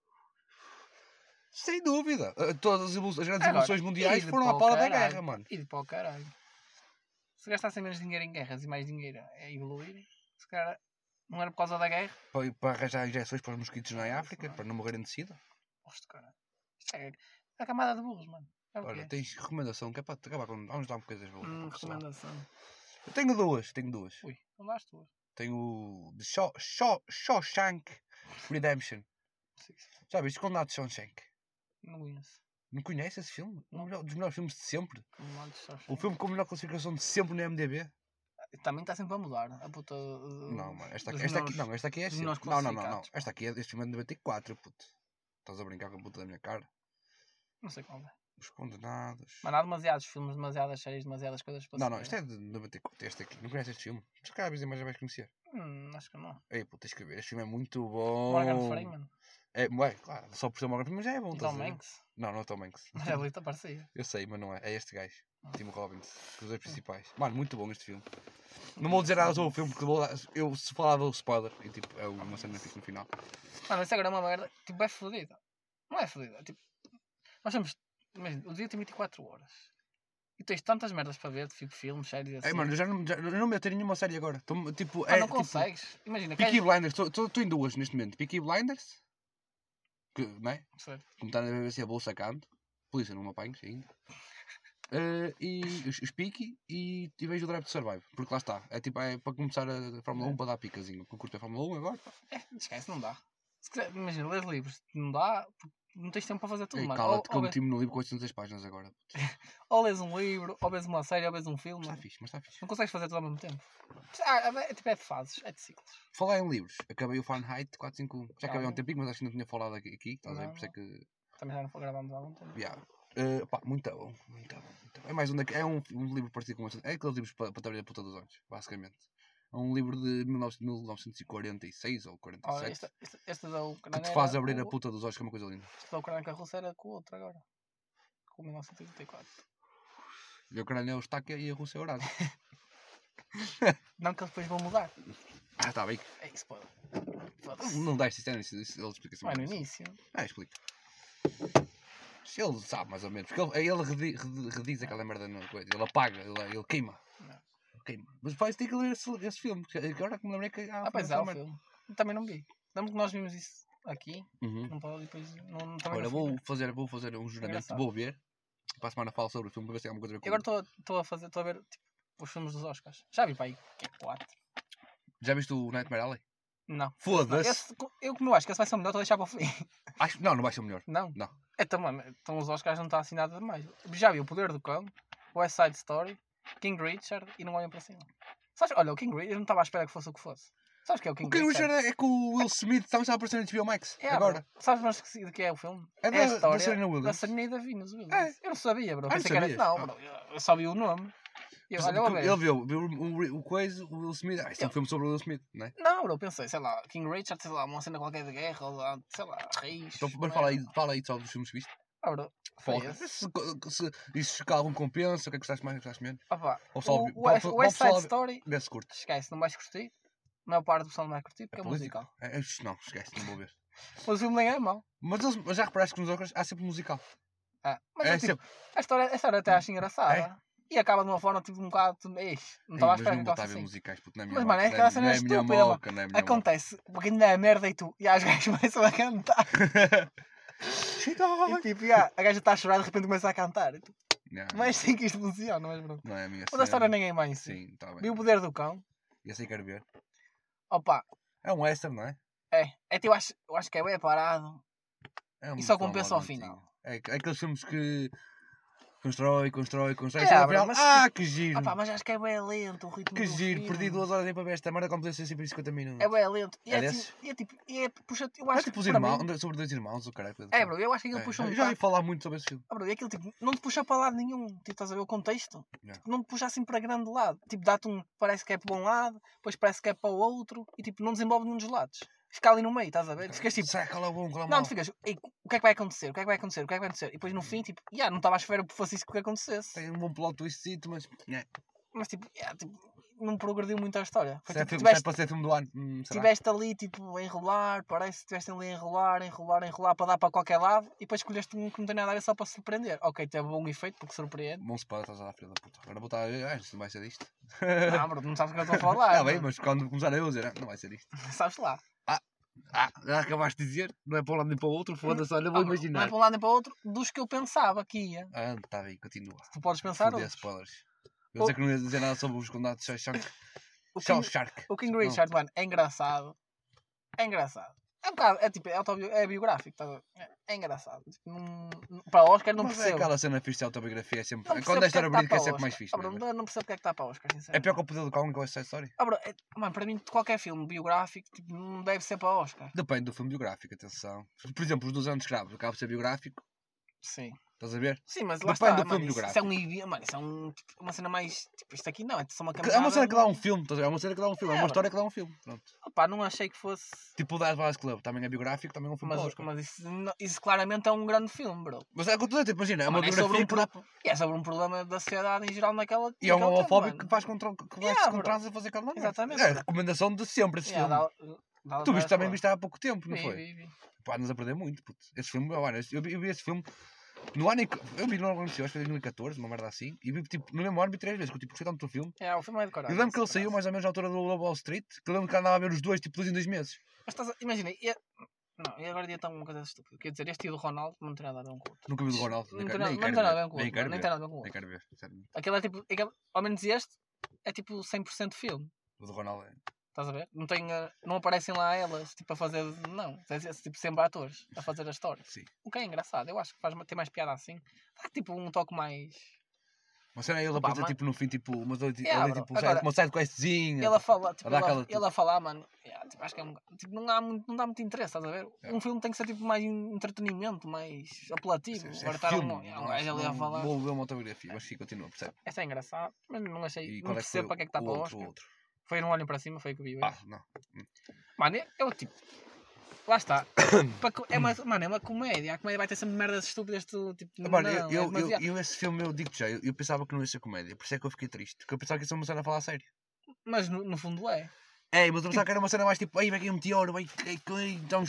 Sem dúvida. Todas as grandes evoluções mundiais foram à pala da guerra, mano. E de para o caralho. Se gastassem menos dinheiro em guerras e mais dinheiro a evoluir, se calhar não era por causa da guerra. Para arranjar injeções para os mosquitos na África, para não morrerem de sida. Poxa, caralho. Isto é a camada de burros, mano. É olha, tens recomendação que é para te acabar com. Vamos dar coisas boas. Recomendação. Eu tenho duas. Ui, não dás duas. Tenho o The Shawshank Redemption. Já viste? Condenado de Shawshank? Não conheço. Não conheces esse filme? Um dos melhores filmes de sempre. O filme com a melhor classificação de sempre no MDB. Também está sempre a mudar. A puta. Não, mano. Esta aqui é assim. Não. Esta aqui este filme é de 94, puto. Estás a brincar com a puta da minha cara? Não sei qual é. Os Condenados. Mas há demasiados filmes, demasiadas séries, demasiadas coisas para Não, isto é de 94. Este aqui. Não conheces este filme? Se calhar a mais já vais conhecer. Acho que não. Ei, puto, tens que ver. Este filme é muito bom. Morgan Freeman. Claro, só por ser uma mas já é bom. Tom estás a ver? Hanks. Não é o Tom Hanks. Mas é bonito, parecia. Eu sei, mas não é. É este gajo. Tim Robbins. Os dois principais. Mano, muito bom este filme. Não vou dizer nada sobre o filme porque eu se falar do spoiler e tipo, é uma cena fixe no final. Mano, isso agora é uma merda. Tipo, é fodida. Não é fodida. Tipo, nós temos. Imagina, o dia tem 24 horas. E tens tantas merdas para ver, tipo filmes, séries assim. Mano, eu não me meto em nenhuma série agora. Tipo, não consegues. Imagina, Peaky Blinders, estou em duas neste momento. Peaky Blinders, que, não é? Sério. Como está na BBC, vou sacando. Polícia, não me apanhos ainda. E os Peaky e vejo o Drive to Survive. Porque lá está. É tipo, é para começar a Fórmula 1 para dar picazinho. Porque eu curto a Fórmula 1 agora. Esquece, não dá. Se quiser, imagina, ler livros, não dá, não tens tempo para fazer tudo, Ei, mano. cala-te que eu meti-me no livro com 800 páginas agora. Ou lês um livro, ou vês uma série, ou vês um filme. Mas Mano. está fixe. Não consegues fazer tudo ao mesmo tempo. É de fases, é de ciclos. Falar em livros, acabei o Fahrenheit 451. Já acabei há um não. tempinho, mas acho que não tinha falado aqui. Estás a ver? Não, Por isso é que. Também já não gravamos há algum tempo. Yeah. Muito bom. É mais é um livro parecido com é aqueles livros para te abrir a puta dos olhos, basicamente. É um livro de 1946 ou 47 Este da Ucrânia que te faz abrir a puta dos olhos, que é uma coisa linda. Este da Ucrânia com a Rússia era com o outro agora. Com 1984. E a Ucrânia é o Estaca e a Rússia é o Horácio. Não que eles depois vão mudar. Está bem. É isso, pode. Não dá este cena, ele explica assim. Não é no início. Explica. Ele sabe mais ou menos, porque ele rediz aquela merda na coisa, ele apaga, ele queima. Queima. Mas depois tem que ler esse filme, agora que me lembrei que há pois é, o filme. Também não vi. Lembro que nós vimos isso aqui. Não pode depois. Agora vou fazer um juramento, vou ver. Para a semana falo sobre o filme para ver se há alguma coisa a ver com ele. Agora estou a ver tipo, os filmes dos Oscars. Já vi para aí, que é 4. Já viste o Nightmare Alley? Não. Foda-se. Como eu acho que esse vai ser o melhor, estou a deixar para o fim. Não vai ser o melhor. Não? Então, mano, os Oscars não está assim nada demais. Já vi O Poder do Cão, West Side Story, King Richard e não olham para cima. Sabes, olha, o King Richard, eu não estava à espera que fosse o que fosse. Sabes que é o King Richard? O King Richard é com o Will Smith, estamos a aparecer no HBO Max. Agora. Sabes mais de que é o filme? É a história da Serena Williams. Da Serena e da Venus Williams. Eu não sabia, bro. Pensei que era. Não, bro. Eu só vi o nome. Ele viu o coisa, o Will Smith. Isto é um filme sobre o Will Smith, não é? Não, bro, pensei, sei lá, King Richard, sei lá, uma cena qualquer de guerra, ou sei lá, reis. Então, mas fala aí só dos filmes que viste. Bro, se isso algum compensa, o que é que gostaste mais, o que gostaste menos? O West Side Story, curto. Esquece, não vais curtir. A maior parte do pessoal não vai curtir porque é musical. Não, esquece, não vou ver. Mas o filme nem é mau. Mas já reparaste que nos Oscars há sempre musical. Mas tipo, a história até acho engraçada. E acaba de uma forma tipo um bocado. Não estava à espera que acabasse assim. Musicais, porque não é mas mano, é aquela cena estúpida. Acontece, porque ainda é merda e tu. E as gajas começam a cantar. E tipo, a gaja está a chorar e de repente começa a cantar. E tu, não é assim que isto funciona, não é, bro? Não é a minha Mas a história nem é mais assim. Sim, está bem. Vi O Poder do Cão. E assim quero ver. Opa. É um western, não é? Eu acho que é bem parado. E só compensa ao final. É aqueles filmes que constrói. Que giro. Opa, mas acho que é bem lento o ritmo. Que giro, perdi 2 horas aí para ver esta merda como podia ser sempre 50 minutos. É bem lento. Puxa, eu acho que sobre 2 irmãos, o caralho. Bro, eu acho que ele puxa um. Já ouvi falar muito sobre esse filme. Bro, e aquilo tipo, não te puxa para lado nenhum. Tipo, estás a ver o contexto? Tipo, não te puxa assim para grande lado. Tipo, dá-te parece que é para um lado, depois parece que é para o outro e tipo, não desenvolve nenhum dos lados. Fica ali no meio, estás a ver? Ficas tipo. Qual é bom, qual é não, tu ficas. O que é que vai acontecer? O que é que vai acontecer? O que é que vai acontecer? E depois no fim, tipo, não estava à espera que fosse isso que acontecesse. Tem um bom plot twist, mas. Mas tipo, não progrediu muito a história. Foi, tipo, tiveste, para ser filme do ano. Estiveste ali, tipo, a enrolar, parece que estiveste ali a enrolar para dar para qualquer lado e depois escolheste um que não tem nada a ver só para surpreender. Ok, teve bom efeito porque surpreende. Bom spoiler, estás a dar filha da puta. Agora vou estar a ver, isto não vai ser isto. Não, bro, não sabes o que eu estou a falar. Bem, mas quando começar eu dizer, não vai ser isto. Sabes lá. Já acabaste de dizer, não é para um lado nem para o outro, foda-se, olha, vou imaginar. Não é para um lado nem para o outro, dos que eu pensava que ia. Está bem, continua. Tu podes pensar outros. Spoilers. Eu sei que não ia dizer nada sobre os condados de Shark. O King Richard, mano, é engraçado. É engraçado. É um bocado, é biográfico, tá? É engraçado. Para o Oscar não mas percebo. É aquela cena fixe de autobiografia, é sempre. Quando a história verídica é sempre mais fixe. Não percebo porque é que está para o Oscar, sinceramente. É pior que o Poder do Cão com essa história? Mano, para mim, qualquer filme biográfico tipo, não deve ser para o Oscar. Depende do filme biográfico, atenção. Por exemplo, os 2 anos escravos acaba de ser biográfico. Sim. Estás a ver? Sim, mas lá Depende está, do mano, filme isso é biográfico. um evento, mano, isso é uma cena mais, tipo, isto aqui não, é só uma É caminhada. uma cena que dá um filme, estás a ver? É uma cena que dá um filme, é É, uma mano. história que dá um filme. Pronto. Opá, não achei que fosse, Tipo o Das Bars Club, também é biográfico, também é um filme para o Oscar. mas isso claramente é um grande filme, bro. Mas é o que eu estou a dizer, tipo, imagina, é uma Mano, é sobre biografia um que dá... E é sobre um problema da sociedade em geral naquela. E é um naquele tempo, homofóbico mano. que faz que vai Yeah, com bro. trans a fazer aquela merda. Exatamente, É a bro. recomendação de sempre esse filme. Dá Tu várias também coisas. viste há pouco tempo, não Vi, foi? vi. Pá, andas a perder muito, puto. Esse filme, olha, eu vi esse filme no ano em que... Eu vi no ano que acho que foi 2014, uma merda assim. E vi, tipo, no mesmo ano vi 3 vezes, que eu tipo, gostei tanto do filme. É, o filme é de caralho. Eu lembro que ele saiu mais ou menos à altura do Lobo Wall Street, que eu lembro que andava a ver os dois, tipo, 2 em 2 meses. Mas imagina, não, e agora ia tão uma coisa estúpida. Quer dizer, este e o do Ronaldo não tem nada a ver um com o outro. Nunca vi o do Ronaldo, Não nem tem quero nada a ver ver. com o Nem outro. quero Nem ver. tem nada a ver com o Nem outro. quero ver, sinceramente. Aquele é tipo, ao menos este, é tipo 100% filme. O do Ronaldo é... Estás a ver? Não aparecem lá elas, tipo, a fazer. Não, é tipo sempre atores a fazer a história. Sim. O que é engraçado, eu acho que tem mais piada assim. Dá tipo um toque mais. Uma cena ele Opa, aparece tipo no fim, tipo, mas ele Yeah, tipo, bro. Agora, uma side-questzinha. Ele a falar, tipo, a dar aquela, ele a falar, mano. Yeah, tipo, acho que é tipo, não dá muito interesse, estás a ver? É. Um filme tem que ser tipo mais entretenimento, mais apelativo. Sim, Agora é estar filme, um gajo ali a falar. Vou ver uma autografia, mas sim, continua, percebe? Essa é engraçado, mas não achei. E Não qual é que foi percebo para que é que está para o outro, Oscar. outro? Foi no olho para cima, foi o que vi. Ah, não. Mano, eu tipo. Lá está. Mano, é uma comédia. A comédia vai ter sempre merdas estúpidas. Tipo, Mano, não, eu esse filme, eu digo-te já, eu pensava que não ia ser comédia, por isso é que eu fiquei triste, porque eu pensava que ia ser uma cena a falar a sério. Mas no fundo é. É, mas eu pensava que era uma cena mais tipo, aí vai aqui um meteoro, vai, então...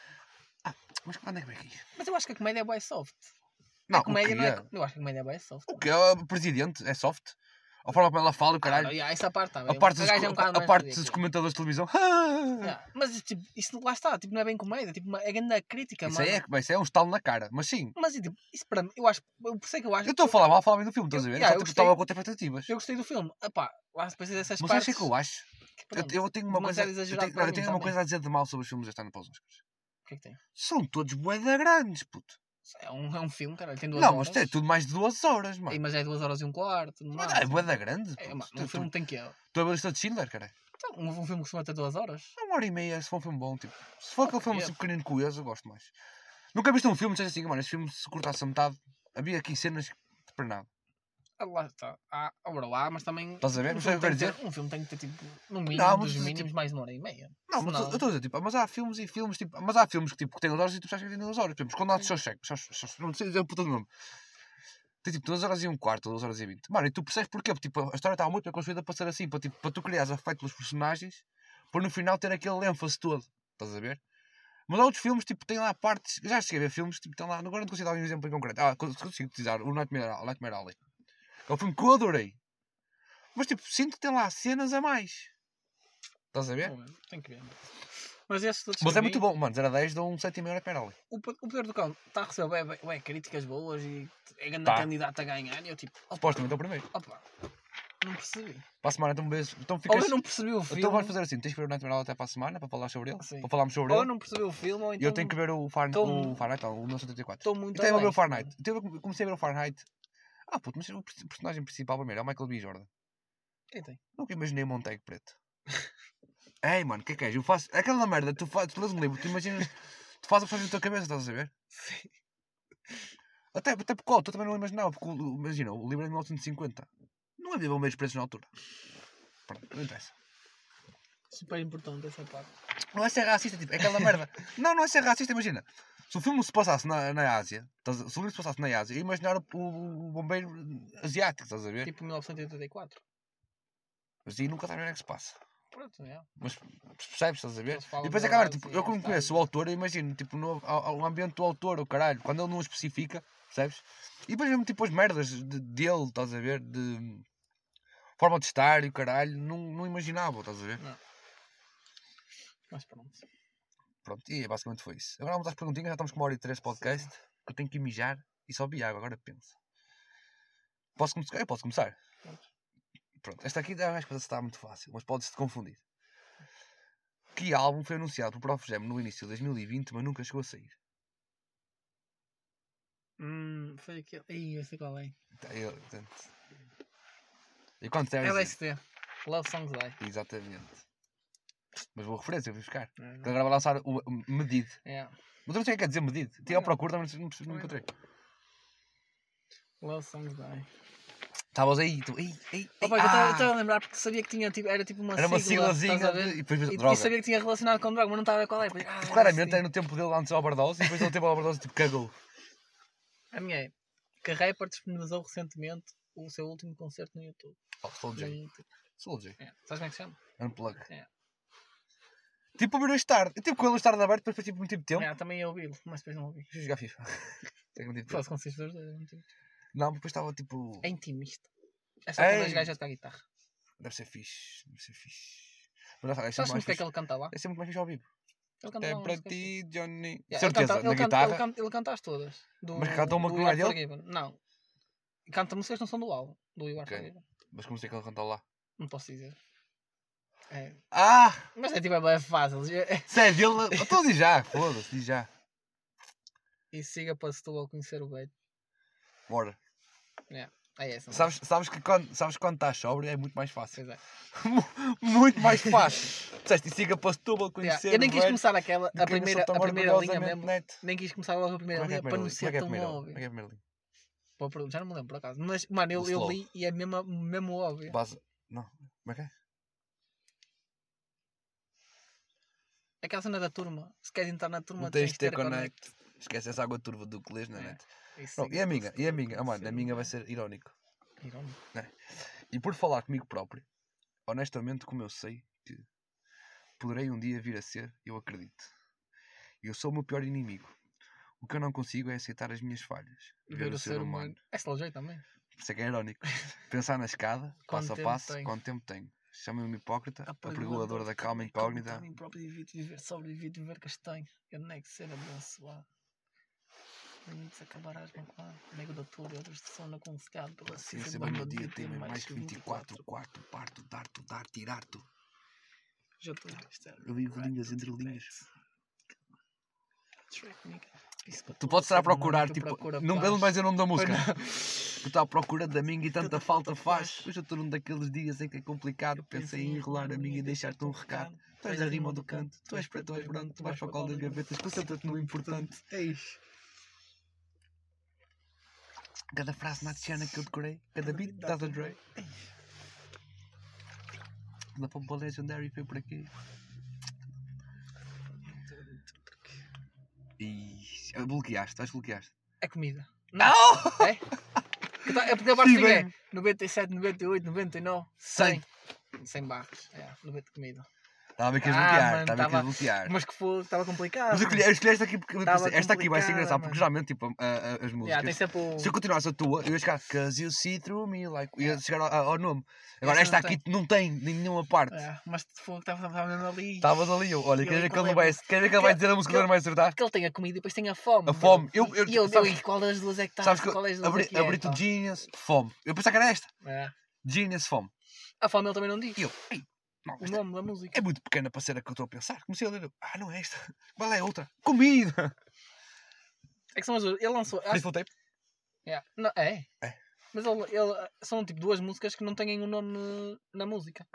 Mas quando é que vai aqui? Mas eu acho que a comédia é bué soft. Não, A comédia o não é. quê? Eu acho que a comédia é bué soft. O que é? O presidente é soft? A forma como ela fala, o caralho. Essa parte tá bem. A parte, O gajo é um bocado a mais parte ridículo. dos comentadores de televisão. Yeah. Mas tipo, isso lá está, tipo, não é bem comédia, tipo, é grande crítica, Isso mano. é um estalo na cara, mas sim. Mas tipo, isso para mim, eu acho, por isso é que eu acho. Eu estou a falar mal, a falar bem do filme, estás a ver? Yeah, Só eu que estava gostei. com outras expectativas. Eu gostei do filme. Epá, lá depois dessas Mas partes. acho que eu acho. que, pronto, Eu tenho uma coisa. demasiado Eu exagerado tenho, para olha, mim tenho uma também. coisa a dizer de mal sobre os filmes este ano para os Oscars. O que é que tem? São todos bué grandes, puto. É um filme, cara, tem 2 Não, horas. mas é tudo mais de 2 horas, mano. Mas é 2 horas e um quarto. No Mas é máximo. bué grande, É, puto. mano, um filme tem que é. Estou a ver a lista de Schindler, cara. Então, um filme costuma ter 2 horas. É 1h30, se for um filme bom, tipo. Se for aquele filme yeah. assim pequenino coeso, eu gosto mais. Nunca viste um filme, seja assim, mano, este filme se cortasse a metade, havia aqui cenas para nada. Lá está. Há, mas também. Estás a ver? Um Mas é o que eu filme, quero tem que ter, um filme tem que ter tipo, no mínimo, Não, mas dos tipo- mínimos, mais de 1h30. Não, mas eu estou a dizer, tipo, mas há filmes e filmes, tipo, mas há filmes que, tipo, que têm 2 horas e tu achas que têm 2 horas. Por exemplo, quando há de Shawshank, não sei dizer o puta do nome. Tem tipo 2 horas e um quarto, 2 horas e 20. Mano, e tu percebes porquê? Porque, tipo, a história está muito bem construída para ser assim, para, tipo, para tu criares afeto pelos personagens, para no final ter aquele ênfase todo. Estás a ver? Mas há outros filmes, tipo, tem lá partes. Já cheguei a ver filmes, tipo, tem lá. Agora não consigo dar um exemplo em concreto. Consigo utilizar o Nightmare Alley. É um filme que eu adorei. Mas, tipo, sinto que tem lá cenas a mais. Estás a ver? Tem que ver. Mas esse todos Mas que é eu muito vi, bom, mano. 0 a 10 dá um 7,5 Nightmare Alley. O Poder do Cão está a receber bem críticas boas e é grande Tá. candidato a ganhar. E eu tipo, Supostamente é o primeiro. opa, não percebi. Para a semana, então, beijo. Então Ou ficas. eu não percebi o filme. Então vamos fazer assim: tens que ver o Nightmare Alley até para a semana para falar sobre ele. Sim. Para falarmos sobre Ou eu ele. não percebi o filme, ou E então. eu tenho que ver o Fahrenheit, Tô- não, o 1984. Estou muito Então eu vou ver o abaixo, Fahrenheit. mano. Então eu comecei a ver o Fahrenheit. Ah, puto, mas o personagem principal primeiro é o Michael B. Jordan. Quem tem? Nunca imaginei um Montego preto. Ei, mano, o que é que és? Eu faço. Aquela merda, tu lês um livro, tu imaginas. Tu fazes a personagem na tua cabeça, estás a ver? Sim. Até porque eu também não imaginava, porque imagina, o livro é de 1950. Não havia bombeiros pretos na altura. Pronto, não interessa. Super importante essa parte. Não é ser racista, tipo, é aquela merda. Não é ser racista, imagina. Se o filme se passasse na Ásia, se o livro se passasse na Ásia, eu ia imaginar o bombeiro asiático, estás a ver? Tipo 1984. Mas aí nunca sabes onde é que se passa. Pronto, é. Mas percebes, estás a ver? Eles falam E depois é da claro, Ásia, tipo, eu como está conheço aí. o autor, eu imagino, tipo, o ambiente do autor, o caralho, quando ele não o especifica, percebes? E depois mesmo, tipo, as merdas dele, estás a ver? De forma de estar e o caralho, não imaginava, estás a ver? Não. Mas pronto. Pronto, e basicamente foi isso. Agora vamos às perguntinhas, já estamos com 1h03 de podcast, que eu tenho que ir mijar e só vi água, agora penso. Posso começar? Eu posso começar. Pronto, esta aqui acho que está muito fácil, mas pode-se confundir. Que álbum foi anunciado por Prof Jam no início de 2020, mas nunca chegou a sair? Foi aquele. Ih, eu sei qual é. E quanto é? LSD. Love Songs Die. Exatamente. Mas vou referência, eu vou buscar. É, Ele agora vai lançar o Medido. é. Mas eu não sei o que quer dizer Medido. Tinha à procura, mas não encontrei. Love Songs Die. Estavas aí, tu. Ei, Opa, eu estava a lembrar porque sabia que tinha, tipo, era tipo era uma siglazinha estás a ver? e depois E droga. sabia que tinha relacionado com droga, mas não estava a ver qual é. Claramente é no tempo dele antes da overdose e depois ele teve a overdose tipo cagou. A minha é que a rapper disponibilizou recentemente o seu último concerto no YouTube. Oh, Slow J. No YouTube. Slow J. É. Sabes como é que se chama? Unplug. É. Tipo, a ver o start. Eu tive com ele o start aberto, depois foi tipo muito tipo tempo. É, também ia ouvi-lo, mas depois não ouvi. Fui jogar FIFA. Tenho muito tempo. Fosse com vocês dois, Não, depois estava tipo. é intimista. É só com Ei. dois gajos a tocar guitarra. Deve ser fixe. Deve ser fixe. Mas não, Sabes mais como é que fixe. ele canta lá? Deve ser muito mais fixe ao vivo. Ele canta É lá para umas coisas. ti, Johnny. Yeah, Certeza, na guitarra. Ele canta as todas. Mas canta uma do que You não é Are dele? Forgiven. Não. Canta músicas que não são do álbum. Do You Are Ok. Forgiven. Mas como sei que ele canta lá? Não posso dizer. É. Ah! Mas é tipo, é fácil. Sério, ele. Então diz já, foda-se, diz já. E siga para Setúbal conhecer o Beto. Bora. É essa. Sabes que quando estás sóbrio é muito mais fácil. Pois é. Muito mais fácil. Disseste, e siga para Setúbal conhecer Eu nem quis o velho começar aquela, de a quem eu primeira, sou tão a primeira linha orgulhosamente mesmo. neto. Nem quis começar logo a primeira Como é que é a linha para não primeira ser linha? tão Como é que é a óbvio. primeira linha? Já não me lembro por acaso. Mas, mano, eu Slow. li e é mesmo óbvio. Base... Não, como é que é? Aquela cena da turma. Se queres entrar na turma, Não tens de ter connect. connect. Esquece essa água turva do que lês na É. net. Isso Não, siga e a para minha? Setúbal Ah, mano, conhecer a o minha vai Beto. ser irónico. Irónico. E por falar comigo próprio, honestamente, como eu sei que poderei um dia vir a ser, eu acredito. Eu sou o meu pior inimigo. O que eu não consigo é aceitar as minhas falhas. E ver o ser humano. É slow J também. Por isso é que é irónico. Pensar na escada, Quanto passo a tempo passo, tenho? quanto tempo tenho. Chama-me hipócrita, a pergoladora da calma incógnita. A mim próprio evito viver sobre, evito viver castanho. Eu nego ser abençoado. Limites acabarás magoado. Nego da tua e outros de sono aconselhado pela Ciência ciência. bem Bem no no dia dia tem tem mais que 24, quarto, parto, dar-te, dar, tirar-te. Já estou a gastar. Eu vivo linhas entre linhas. Tu Tu podes estar a procurar, tipo, não, ele não vai dizer o nome da música. Tu estás à procura da minha e tanta falta faz. Hoje eu estou num daqueles dias em que é complicado. Pensei em enrolar a minha e deixar-te um recado. Tu és a rima do canto, tu és preto, tu és branco, tu vais para o colo das gavetas, concentra-te no importante. Eis. Cada frase naciana que eu decorei, cada beat dás a Dre. Da pompa legendary foi por aqui. E bloqueaste, bloqueaste. É comida. Não! É? É porque a parte Sim, assim é bem. 97, 98, 99, 100. 100 barras. É, 90 comida. Estava a ver que ias Ah, bloquear, mano, estava a ver que ias tava- bloquear. Mas que foi, estava complicado. Mas eu escolhi esta aqui porque eu Tava pensei, esta aqui vai ser complicada, engraçada, porque mano. geralmente tipo, as Yeah, músicas. tem sempre o... Se eu continuasse a tua, eu ia chegar Cause you see through me, like, ia chegar ao nome. Agora Essa esta não aqui não tem nenhuma parte. É, mas foi que estava mesmo ali. Estavas ali, eu, olha, Eu quer ver que ele lembro- não vai, quer ver que ele vai que- dizer a música que que- ele não vai acertar? Porque ele tem a comida e depois tem a fome. A fome. E eu sabes- qual das duas é que está? Sabes que Qual das duas é que abri é, tu pá? Genius, fome. Eu pensava que era esta. É. Genius, fome. A fome ele também não diz. E eu, ei, não, O esta nome da música. é muito pequena para ser a que eu estou a pensar. Comecei a ler, não é esta. Qual é a outra? Comida. É que são as duas. Ele lançou. Triple tape. Yeah. Não, é. É. Mas são tipo duas músicas que não têm o nome na música.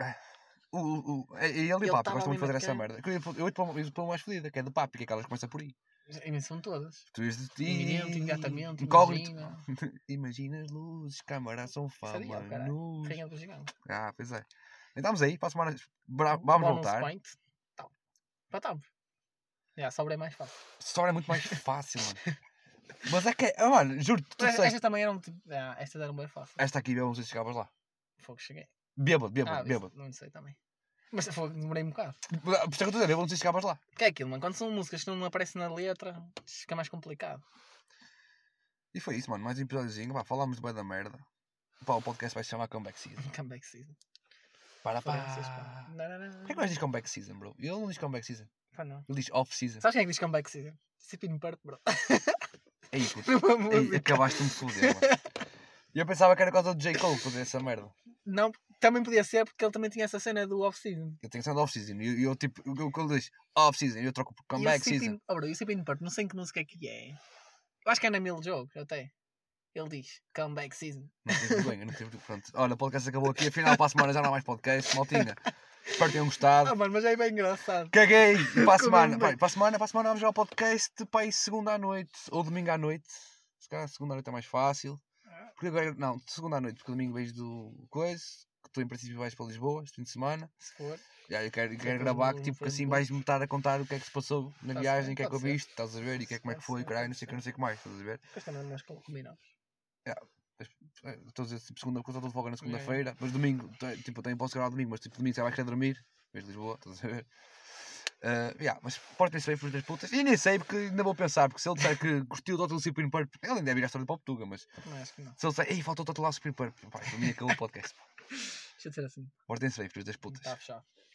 E ele e Ele o Papi tava gostam muito de ali fazer essa naquele- merda. Eu ia para uma mais fodida, que é do Papi, que é aquelas que começa por aí. E são todas. Tu és de ti. Iminente, imediatamente, Incógnito. imagina. Imagina as luzes, câmara, são Isso é legal, fama, caralho. luz. Rainha do Gigante. Ah, pois é. Então estamos aí, para a semana. Vamos Bonus voltar. Point. Tal. Já estamos. Sobre é mais fácil. Só é muito mais fácil, mano. Mas é que, mano, juro, tu Mas disseste. estas também eram tipo. Estas eram bem fáceis. Esta aqui, não sei se chegavas lá. Fogo, cheguei. Bêbado. Isso não sei também. Mas foi, demorei um bocado. Por isso é que eu estou a dizer, bêbado, não sei se chegavas lá. O que é aquilo, mano? Quando são músicas que não aparecem na letra, fica mais complicado. E foi isso, mano. Mais um episódiozinho. Pá, falámos de bem da merda. Pá, o podcast vai se chamar Comeback Season. Comeback season. Para, pá. Foda-se, pá. Por que é que mais diz Comeback Season, bro? Ele não diz Comeback Season. Pá, não. Ele diz Off Season. Sabes quem é que diz comeback season? Cipino perto, bro. Aí, puto. Numa Ei, música. acabaste-me de foder, mano. E eu pensava que era por causa do J. Cole fazer essa merda. Não, também podia ser porque ele também tinha essa cena do off-season. Eu tenho que ser de off-season. E eu, tipo, o que ele diz off-season, eu troco por comeback season. Oh, bro, e o Cipino perto, não sei em que música é que é. Eu acho que é na Mil Jogo, até. Ele diz comeback season. Não tem vergonha, não tem vergonha. Pronto. Olha, o podcast acabou aqui. Afinal, para a semana já não há mais podcast. Maltinha. Espero que tenham gostado. Ah, mano, mas é bem engraçado. Caguei! E para a Como semana, bem. para a semana vamos já ao podcast para ir segunda à noite ou domingo à noite. Se calhar segunda à noite é mais fácil. Porque agora, não, segunda à noite, porque domingo vejo do coisa, que tu em princípio vais para Lisboa este fim de semana. Se for. Já, eu quero depois gravar, não tipo, que foi assim bom. vais-me estar a contar o que é que se passou na Tá viagem, certo, o que é que eu pode ser. viste, estás a ver, e que é como é que Pode foi, ser, caralho, não pode sei o que, ser. não sei o que mais, estás a ver? Depois também nós combinamos. Estou a dizer, tipo, segunda, porque eu estou de folga na segunda-feira, mas domingo, tipo, também posso gravar domingo, mas tipo, domingo já vais querer dormir, vejo Lisboa, estás a ver? Mas portem-se bem, filhos das putas. E nem sei, porque ainda vou pensar, porque se ele disser que curtiu o Total Supreme Purple, ele nem deve ir à história de Pop Tuga, mas Não, acho que não. se ele disser, ei, faltou o Total Supreme Purple, pá, para mim acabou o podcast. Deixa de ser assim. Portem-se bem, filhos das putas. Está fechado.